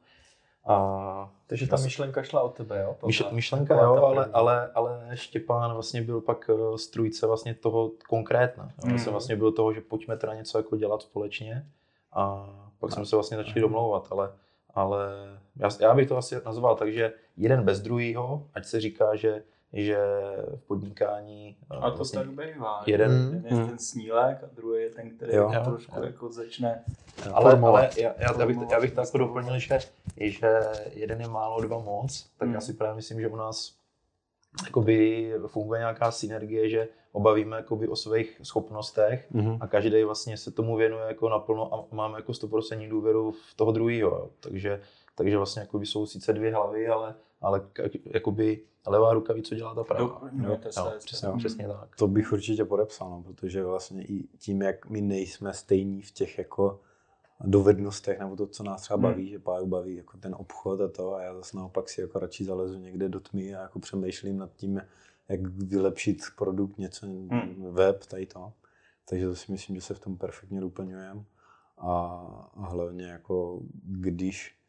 Takže ta myšlenka šla od tebe, jo? Myšlenka jo, ale Štěpán vlastně byl pak strůjce vlastně toho konkrétna. Já jsem vlastně byl toho, že pojďme teda něco jako dělat společně a pak jsme se vlastně začali domlouvat, ale já bych to asi nazval tak, že jeden bez druhýho, ať se říká, že v podnikání... A to vlastně tak bývá. Jeden je ten snílek a druhý je ten, který trošku jako začne ale já bych to jako doplnil, že jeden je málo, dva moc, tak já si právě myslím, že u nás jakoby funguje nějaká synergie, že oba víme jakoby o svých schopnostech a každý vlastně se tomu věnuje jako naplno a máme jako 100% důvěru v toho druhýho. Takže vlastně jakoby jsou sice dvě hlavy, ale jakoby levá ruka ví, co dělá ta pravá. Přesně tak. To bych určitě podepsal, no, protože vlastně i tím, jak my nejsme stejní v těch jako dovednostech, nebo to, co nás třeba baví, že Páju baví jako ten obchod a to, a já zase naopak si jako radši zalezu někde do tmy a jako přemýšlím nad tím, jak vylepšit produkt, něco, web, tady to. Takže to si myslím, že se v tom perfektně doplňujeme a hlavně jako když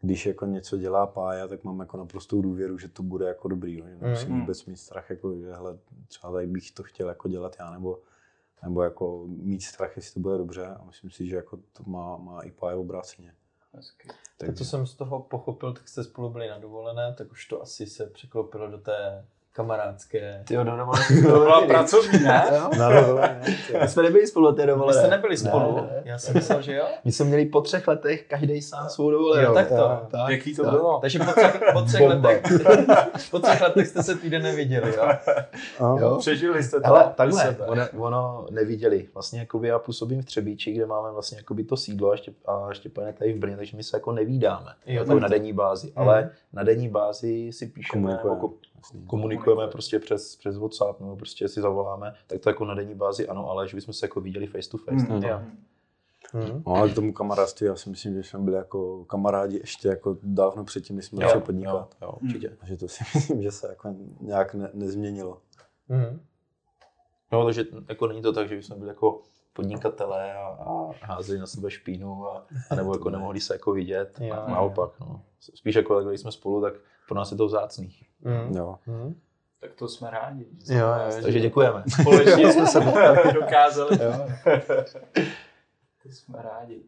když jako něco dělá Pája, tak mám jako naprostou důvěru, že to bude jako dobrý, jo. Nemusím vůbec mít strach, jako, že hele, třeba tady bych to chtěl jako dělat já, nebo jako mít strach, jestli to bude dobře, a myslím si, že jako to má i Pája obráceně. Tak to jsem z toho pochopil, tak jste spolu byli na dovolené, tak už to asi se překlopilo do té kamarádské. Ty do dovolené. To byla pracovní, ne? Na dovolené. My jsme nebyli spolu na té dovolené. Vy jste nebyli spolu? Ne. Já jsem myslel, že jo? My jsme měli po 3 letech každý sám svou dovolenou. Jo, tak to. Tak, Jaký to bylo? Takže po třech letech jste se týden neviděli, jo? Jo. Přežili jste to. Ale takhle, ono neviděli. Vlastně jakoby já působím v Třebíči, kde máme vlastně jakoby to sídlo a Štěpán je tady v Brně, takže my se jako nevídáme. Jo, jako na denní bázi. Ale na denní bázi si píšeme, komunikujeme prostě přes WhatsApp, nebo prostě si zavoláme, tak to jako na denní bázi ano, ale že bychom se jako viděli face to face. No, ale k tomu kamarádství, já si myslím, že jsme byli jako kamarádi ještě jako dávno předtím, než jsme začali podnikat. Jo, určitě. Takže to si myslím, že se jako nějak nezměnilo. No, takže jako není to tak, že bychom byli jako podnikatelé a házeli na sebe špínu a nebo jako nemohli se jako vidět. Naopak, no. Spíš jako když jsme spolu, tak pro nás je to vzácný. Jo. Tak to jsme rádi. Takže děkujeme. Společně jsme se dokázali. To jsme rádi.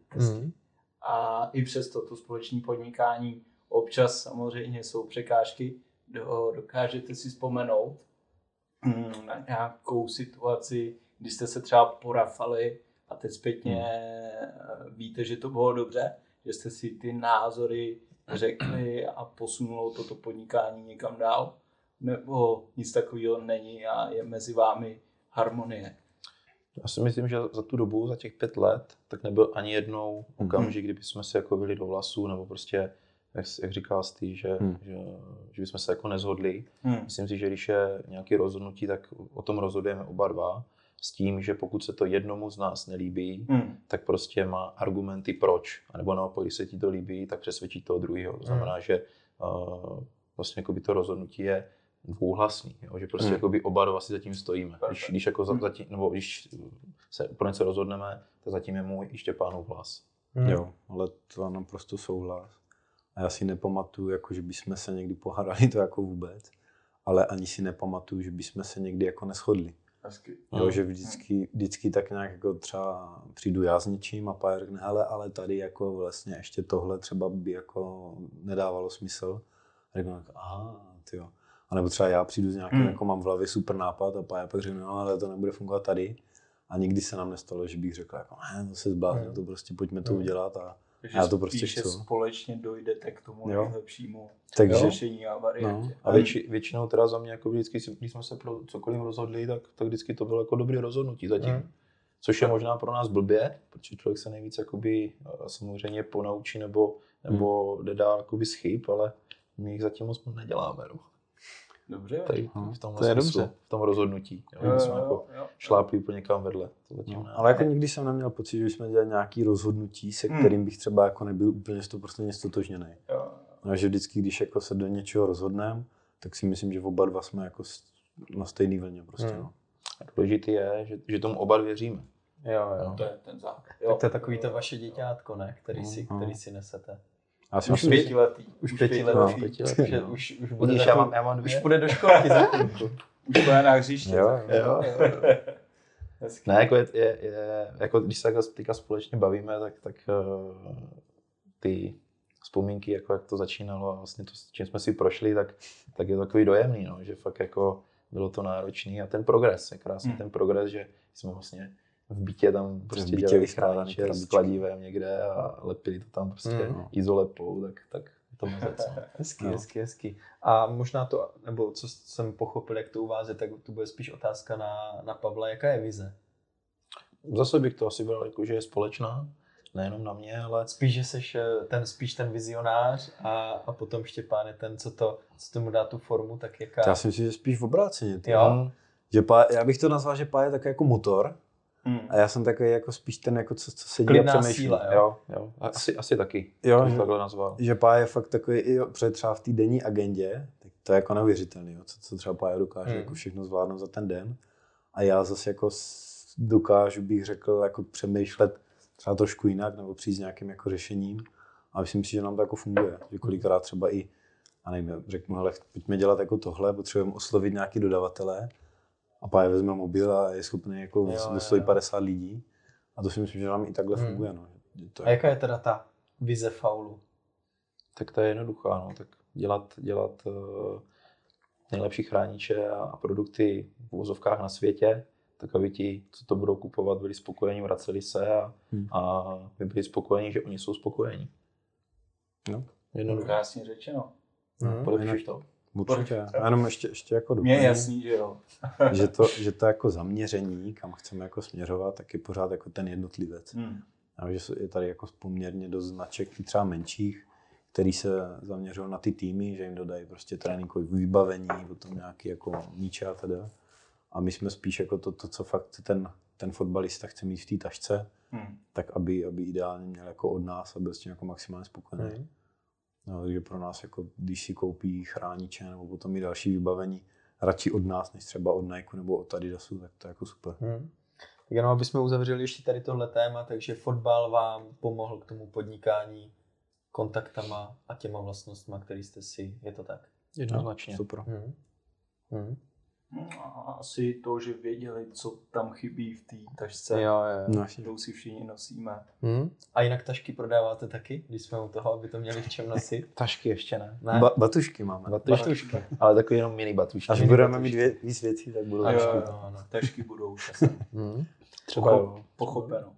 A i přesto to společné podnikání občas samozřejmě jsou překážky. Dokážete si vzpomenout na nějakou situaci, kdy jste se třeba porafali a teď zpětně víte, že to bylo dobře, že jste si ty názory řekli a posunulo toto podnikání někam dál, nebo nic takového není a je mezi vámi harmonie? Já si myslím, že za tu dobu, za těch 5 let, tak nebyl ani jednou okamžik, kdyby jsme se jako byli do vlasů, nebo prostě, jak říkal jsi, že bychom se jako nezhodli. Myslím si, že když je nějaké rozhodnutí, tak o tom rozhodujeme oba dva, s tím, že pokud se to jednomu z nás nelíbí, tak prostě má argumenty proč. A nebo naopak, když se ti to líbí, tak přesvědčí toho druhého. To znamená, že vlastně jakoby to rozhodnutí je dvouhlasný, jo? Že prostě jakoby oba dva si zatím stojíme. Když jako zatím, nebo když se pro něco rozhodneme, tak zatím je můj i Štěpánův hlas. Jo, ale to naprosto souhlas. A já si nepamatuju, jako, že bychom se někdy pohádali, to jako vůbec, ale ani si nepamatuju, že bychom se někdy jako neshodli. Jo, že vždycky tak nějak jako třeba přijdu já s něčím a Pája řekne, hele, ale tady jako vlastně ještě tohle třeba by jako nedávalo smysl. A řeknu, aha, tyjo. A nebo třeba já přijdu s nějakým, jako mám v hlavě super nápad a Pája pak řekne, no ale to nebude fungovat tady. A nikdy se nám nestalo, že bych řekl, jako, ne, to se zbláznil, to prostě pojďme to udělat a já to prostě chci. Společně dojdete k tomu nejlepšímu řešení a variantě. No. A většinou teda za mě, jako vždycky, když jsme se pro cokoliv rozhodli, tak vždycky to bylo jako dobré rozhodnutí zatím. Což je možná pro nás blbě, protože člověk se nejvíc jakoby, samozřejmě ponaučí nebo dá jakoby z chyb, ale my jich zatím moc neděláme. No. Dobře. Tady v tomhle smyslu, v tom rozhodnutí. My jsme jako šlápli úplně někam vedle. To zatím ne. Ale jako nikdy jsem neměl pocit, že jsme dělali nějaký rozhodnutí, se kterým bych třeba jako nebyl úplně 100% stotožněný. No, že vždycky, když jako se do něčeho rozhodneme, tak si myslím, že oba dva jsme jako na stejný vlně prostě. No. A důležitý je, že tomu oba věříme. Jo. To je ten základ. Tak to je takový to vaše děťátko, ne? Který si nesete. Už 5 letý. Už 5 letý. Už bude Vidíš, už půjde do školky za chvilku. Už bude na hřiště. Jo. Ne, jako jako když se teďka společně bavíme, tak ty vzpomínky, jako jak to začínalo a vlastně to, s čím jsme si prošli, tak je to takový dojemný, no, že fakt jako bylo to náročný a ten progres, je krásný ten progres, že jsme vlastně v bytě tam prostě dělali chrániče s kladívem někde a lepili to tam prostě izolepou, tak to mazec. Hezky. A možná to, nebo co jsem pochopil, jak to u vás je, tak to bude spíš otázka na Pavla, jaká je vize? Zase bych to asi bral jako, že je společná, nejenom na mě, ale... Spíš, že seš ten vizionář a potom Štěpán je ten, co tomu dá tu formu, tak jaká... Já si myslím, že spíš v obráceně. Jo? Já bych to nazval, že Pája je takový jako motor a já jsem takový jako spíš ten, jako co sedí a přemýšlí. Síla, jo. Asi taky. Jo, to bych takhle nazval. Že Pája je fakt takový, třeba v té denní agendě, tak to je jako neuvěřitelný, co třeba Pája dokáže jako všechno zvládnout za ten den. A já zase jako dokážu, bych řekl, jako přemýšlet třeba trošku jinak nebo přijít s nějakým jako řešením. A myslím si, že nám to jako funguje. Že kolikrát třeba i, a nevím, řeknu, hele, pojďme dělat jako tohle, potřebujeme oslovit nějaký dodavatele a pak vezme mobil a je schopný jako oslovit 50 lidí. A to si myslím, že nám i takhle funguje. No. A jaká je teda ta vize Faulu? Tak to je jednoduchá, no. Tak dělat nejlepší chrániče a produkty v uvozovkách na světě, tak aby ti, co to budou kupovat, byli spokojení, vraceli se a my byli spokojení, že oni jsou spokojení. No. Jednoduché. Krásně řečeno. Podepíšeš to? Určitě. A jenom ještě jako Mně je jasný, že jo. že to jako zaměření, kam chceme jako směřovat, tak je pořád jako ten jednotlivec. A že je tady jako poměrně dost značek, i třeba menších, který se zaměřují na ty týmy, že jim dodají prostě tréninkové vybavení, potom nějaký jako míče a teda. A my jsme spíš jako to co fakt ten fotbalista chce mít v té tašce, tak aby ideálně měl jako od nás a byl s tím jako maximálně spokojený. No, takže pro nás, jako, když si koupí chrániče nebo potom i další vybavení, radši od nás, než třeba od Nike nebo od Adidasu, tak to je jako super. Tak jenom, aby jsme uzavřeli ještě tady tohle téma, takže fotbal vám pomohl k tomu podnikání kontaktama a těma vlastnostma, který jste si, je to tak? Jednoznačně. Super. Asi to, že věděli, co tam chybí v té tašce, kterou si všichni nosíme. A jinak tašky prodáváte taky, když jsme u toho, aby to měli v čem nosit? Tašky ještě ne. Batušky máme. Batušky. Ale takový jenom mini batušky. Až budeme mít víc věcí, tak budou tašky. Tašky budou časem. Třeba Pochopeno.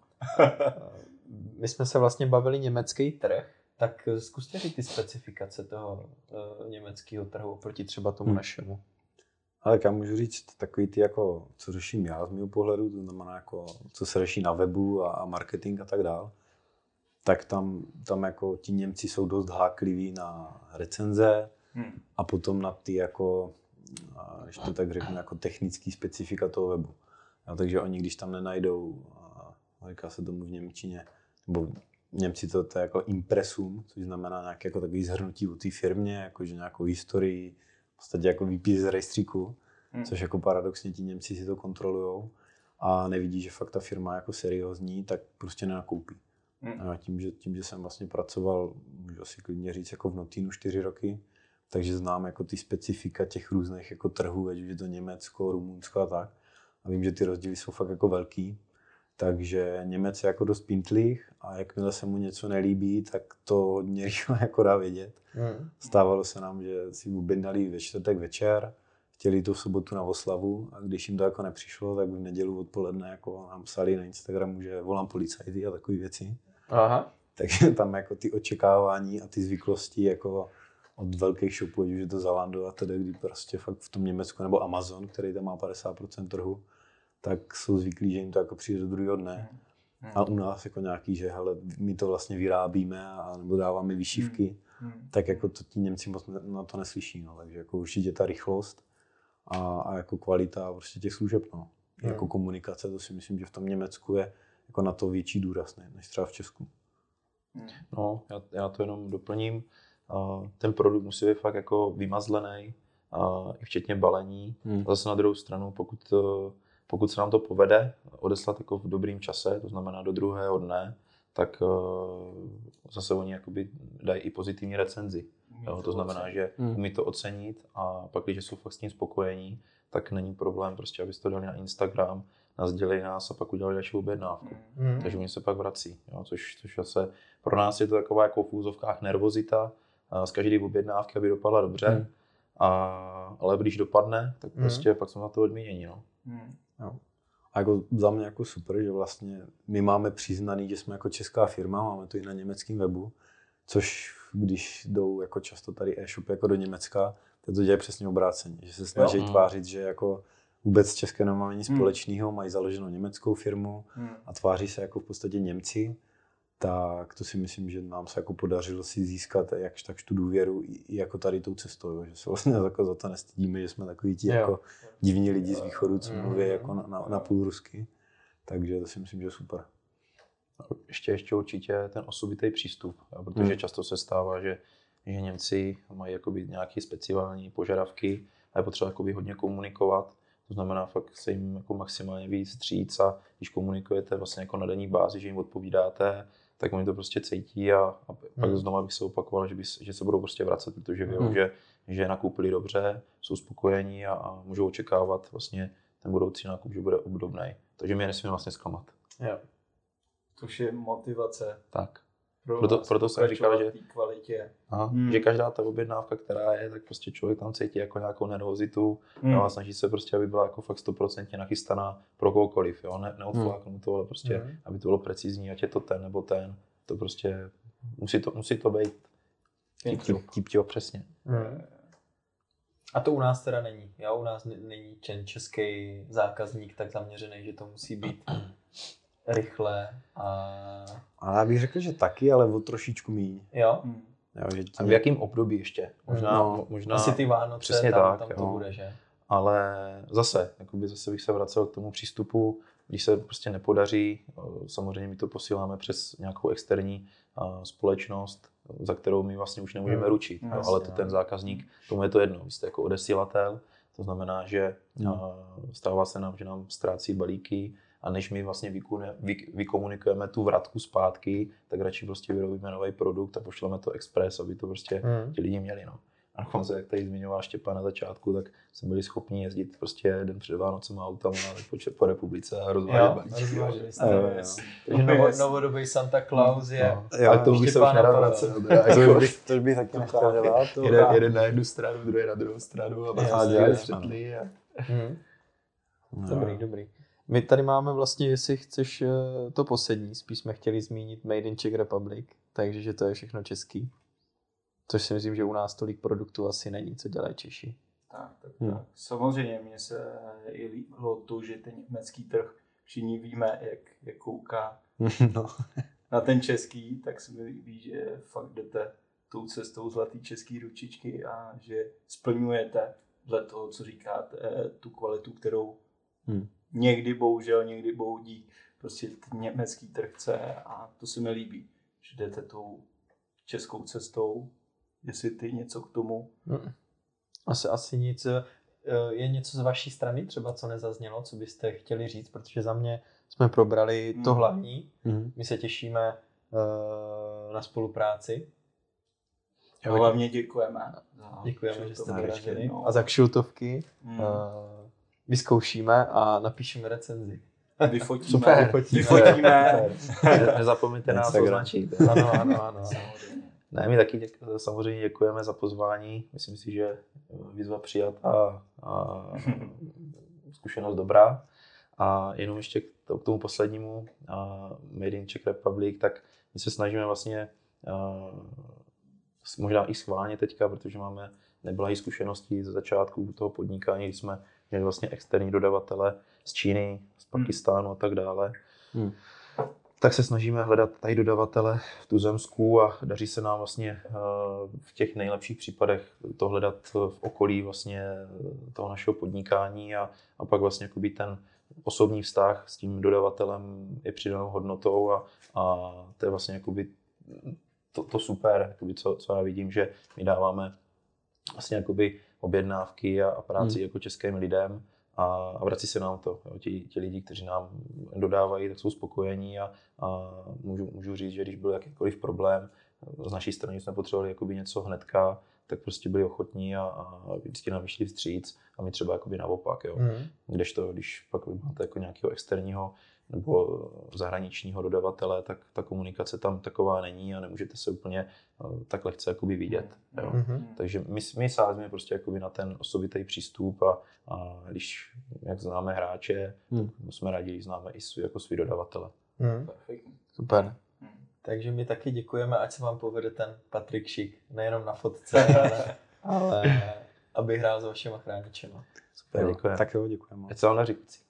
My jsme se vlastně bavili německý trh, tak zkuste říct ty specifikace toho německého trhu oproti třeba tomu našemu. Ale já můžu říct takový ty, jako, co řeším já z mého pohledu, to znamená, jako, co se řeší na webu a marketing a tak dál, tak tam jako ti Němci jsou dost hákliví na recenze a potom na ty, jako, když to tak řeknu, jako technický specifika toho webu. Takže oni, když tam nenajdou, říká se tomu v němčině, nebo Němci to je jako impresum, což znamená nějaké jako takový shrnutí o té firmě, jakože nějakou historii, v podstatě jako výpis z rejstříku, což jako paradoxně ti Němci si to kontrolujou a nevidí, že fakt ta firma je jako seriózní, tak prostě nenakoupí. A tím, že jsem vlastně pracoval, můžu asi klidně říct, jako v Notínu 4 roky, takže znám jako ty specifika těch různých jako trhů, ať už je to Německo, Rumunsko a tak. A vím, že ty rozdíly jsou fakt jako velký. Takže Němec je jako dost pintlých a jakmile se mu něco nelíbí, tak to hodně rychle jako dá vědět. Stávalo se nám, že si objednali ve čtvrtek večer, chtěli to v sobotu na oslavu a když jim to jako nepřišlo, tak v neděli odpoledne jako nám psali na Instagramu, že volám policajty a takové věci. Aha. Takže tam jako ty očekávání a ty zvyklosti jako od velkých shopů, ať už je to Zalando a tedy, kdy prostě fakt v tom Německu nebo Amazon, který tam má 50% trhu, tak jsou zvyklí, že jim to jako přijde do druhého dne. A u nás jako nějaký, že hele, my to vlastně vyrábíme a nebo dáváme výšivky, tak jako to ti Němci moc na to neslyší. No. Takže jako určitě ta rychlost a jako kvalita prostě těch služeb. No. Jako komunikace, to si myslím, že v tom Německu je jako na to větší důraz, než třeba v Česku. No, já to jenom doplním. Ten produkt musí být fakt jako vymazlený, i včetně balení. A zase na druhou stranu, pokud se nám to povede odeslat jako v dobrým čase, to znamená do druhého dne, tak zase oni jakoby dají i pozitivní recenzi. To znamená, že umí to ocenit a pak, když jsou fakt s tím spokojení, tak není problém, prostě, abyste to dali na Instagram, nasdělili nás a pak udělali další objednávku. Takže oni se pak vrací. Jo, což zase pro nás je to taková jako v úzovkách nervozita z každé objednávky, aby dopadla dobře. Ale když dopadne, tak prostě pak jsme na to odměnění. No. Jo. A jako za mě jako super, že vlastně my máme přiznaný, že jsme jako česká firma, máme to i na německém webu, což když jdou jako často tady e-shopy jako do Německa, tak to děje přesně obráceně, že se snaží tvářit, že jako vůbec s Českem nemáme nic společného, mají založenou německou firmu a tváří se jako v podstatě Němci, tak to si myslím, že nám se jako podařilo si získat jakž takž tu důvěru i jako tady tou cestou, jo, že se vlastně jako za to nestydíme, že jsme takový ti jako divní lidi z východu, co mluví jako na půl rusky, takže to si myslím, že je super. Ještě určitě ten osobitý přístup, jo, protože často se stává, že Němci mají jakoby nějaké speciální požadavky a je potřeba jakoby hodně komunikovat. To znamená fakt se jim jako maximálně víc vstříc a když komunikujete vlastně jako na denní bázi, že jim odpovídáte tak oni to prostě cítí a pak znova bych se opakoval, že se budou prostě vracet, protože vědou, že nakoupili dobře, jsou spokojení a můžou očekávat vlastně ten budoucí nákup, že bude obdobný. Takže mě nesmí vlastně zklamat. Jo. To je motivace. Tak. Proto jsem říkal, že, že každá ta objednávka, která je, tak prostě člověk tam cítí jako nějakou nervozitu a snaží se prostě, aby byla jako fakt 100% nachystaná pro kohokoliv, jo? Neodfláknout to, ale prostě, aby to bylo precizní, ať je to ten nebo ten, to prostě musí to být tip-top, přesně. A to u nás teda není, jo? U nás není český zákazník tak zaměřený, že to musí být rychle a já bych řekl, že taky, ale o trošičku míň. Jo? A v jakém období ještě? Možná asi ty Vánoce, přesně tam to bude, že? Ale zase bych se vracel k tomu přístupu, když se prostě nepodaří, samozřejmě my to posíláme přes nějakou externí společnost, za kterou my vlastně už nemůžeme ručit, ale ten zákazník, tomu je to jedno, vy jste jako odesílatel, to znamená, že stává se nám, že nám ztrácí balíky, a než my vlastně vykomunikujeme tu vratku zpátky, tak radši prostě vyrobíme nový produkt a pošleme to express, aby to prostě ti lidi měli. No. A dokonce, jak tady zmiňoval Štěpán na začátku, tak jsme byli schopni jezdit prostě den před Vánocem autama po republice a rozvážet balíčky. Takže novodobý Santa Claus je... Ale to bych se už nerad vracel. To bych taky nechtěl dělat. Jeden na jednu stranu, druhý na druhou stranu a pak střetli. Dobrý. My tady máme vlastně, jestli chceš to poslední, spíš jsme chtěli zmínit Made in Czech Republic, takže že to je všechno český. Což si myslím, že u nás tolik produktů asi není, co dělají Češi. Tak. Samozřejmě mně se i líbilo to, že ten německý trh, všichni víme, jak kouká na ten český, tak se mi líbí, že fakt jdete tou cestou zlatý český ručičky a že splňujete dle toho, co říkáte, tu kvalitu, kterou někdy boudí prostě německý trh chce a to se mi líbí, že jdete tou českou cestou, jestli ty něco k tomu. Asi nic. Je něco z vaší strany třeba, co nezaznělo, co byste chtěli říct, protože za mě jsme probrali to hlavní. My se těšíme na spolupráci. A hlavně děkujeme. Děkujeme, že jste dorazili. A za kšiltovky vyzkoušíme a napíšeme recenzi. Vyfotíme. Nezapomeňte nás označit. Ano. Ne, my taky samozřejmě děkujeme za pozvání. Myslím si, že výzva přijatá a zkušenost dobrá. A jenom ještě k tomu poslednímu Made in Czech Republic, tak my se snažíme vlastně možná i schválně teďka, protože máme neblahé zkušenosti ze začátku toho podnikání, kdy jsme měli vlastně externí dodavatele z Číny, z Pakistánu a tak dále. Tak se snažíme hledat tady dodavatele v tuzemsku a daří se nám vlastně v těch nejlepších případech to hledat v okolí vlastně toho našeho podnikání a pak vlastně jakoby ten osobní vztah s tím dodavatelem je přidanou hodnotou a to je vlastně jakoby to super, jakoby co já vidím, že my dáváme vlastně jakoby objednávky a práci jako českým lidem a vrací se nám to. Jo. Ti lidi, kteří nám dodávají, tak jsou spokojení a můžu říct, že když byl jakýkoliv problém, z naší strany jsme potřebovali jakoby něco hnedka, tak prostě byli ochotní a vždycky nám vyšli vstříc a my třeba jakoby naopak. Jo. Kdežto, když pak máte jako nějakého externího nebo zahraničního dodavatele, tak ta komunikace tam taková není a nemůžete se úplně tak lehce jakoby vidět. Jo. Takže my sázíme prostě jakoby na ten osobitý přístup a když jak známe hráče, tak jsme rádi, když známe i jako svý dodavatele. Super. Takže my taky děkujeme, ať se vám povede ten Patrik Šik, nejenom na fotce, ale aby hrál s vašima chráničema. Super, děkujeme. Tak jo, děkujeme. Ať se vám daří.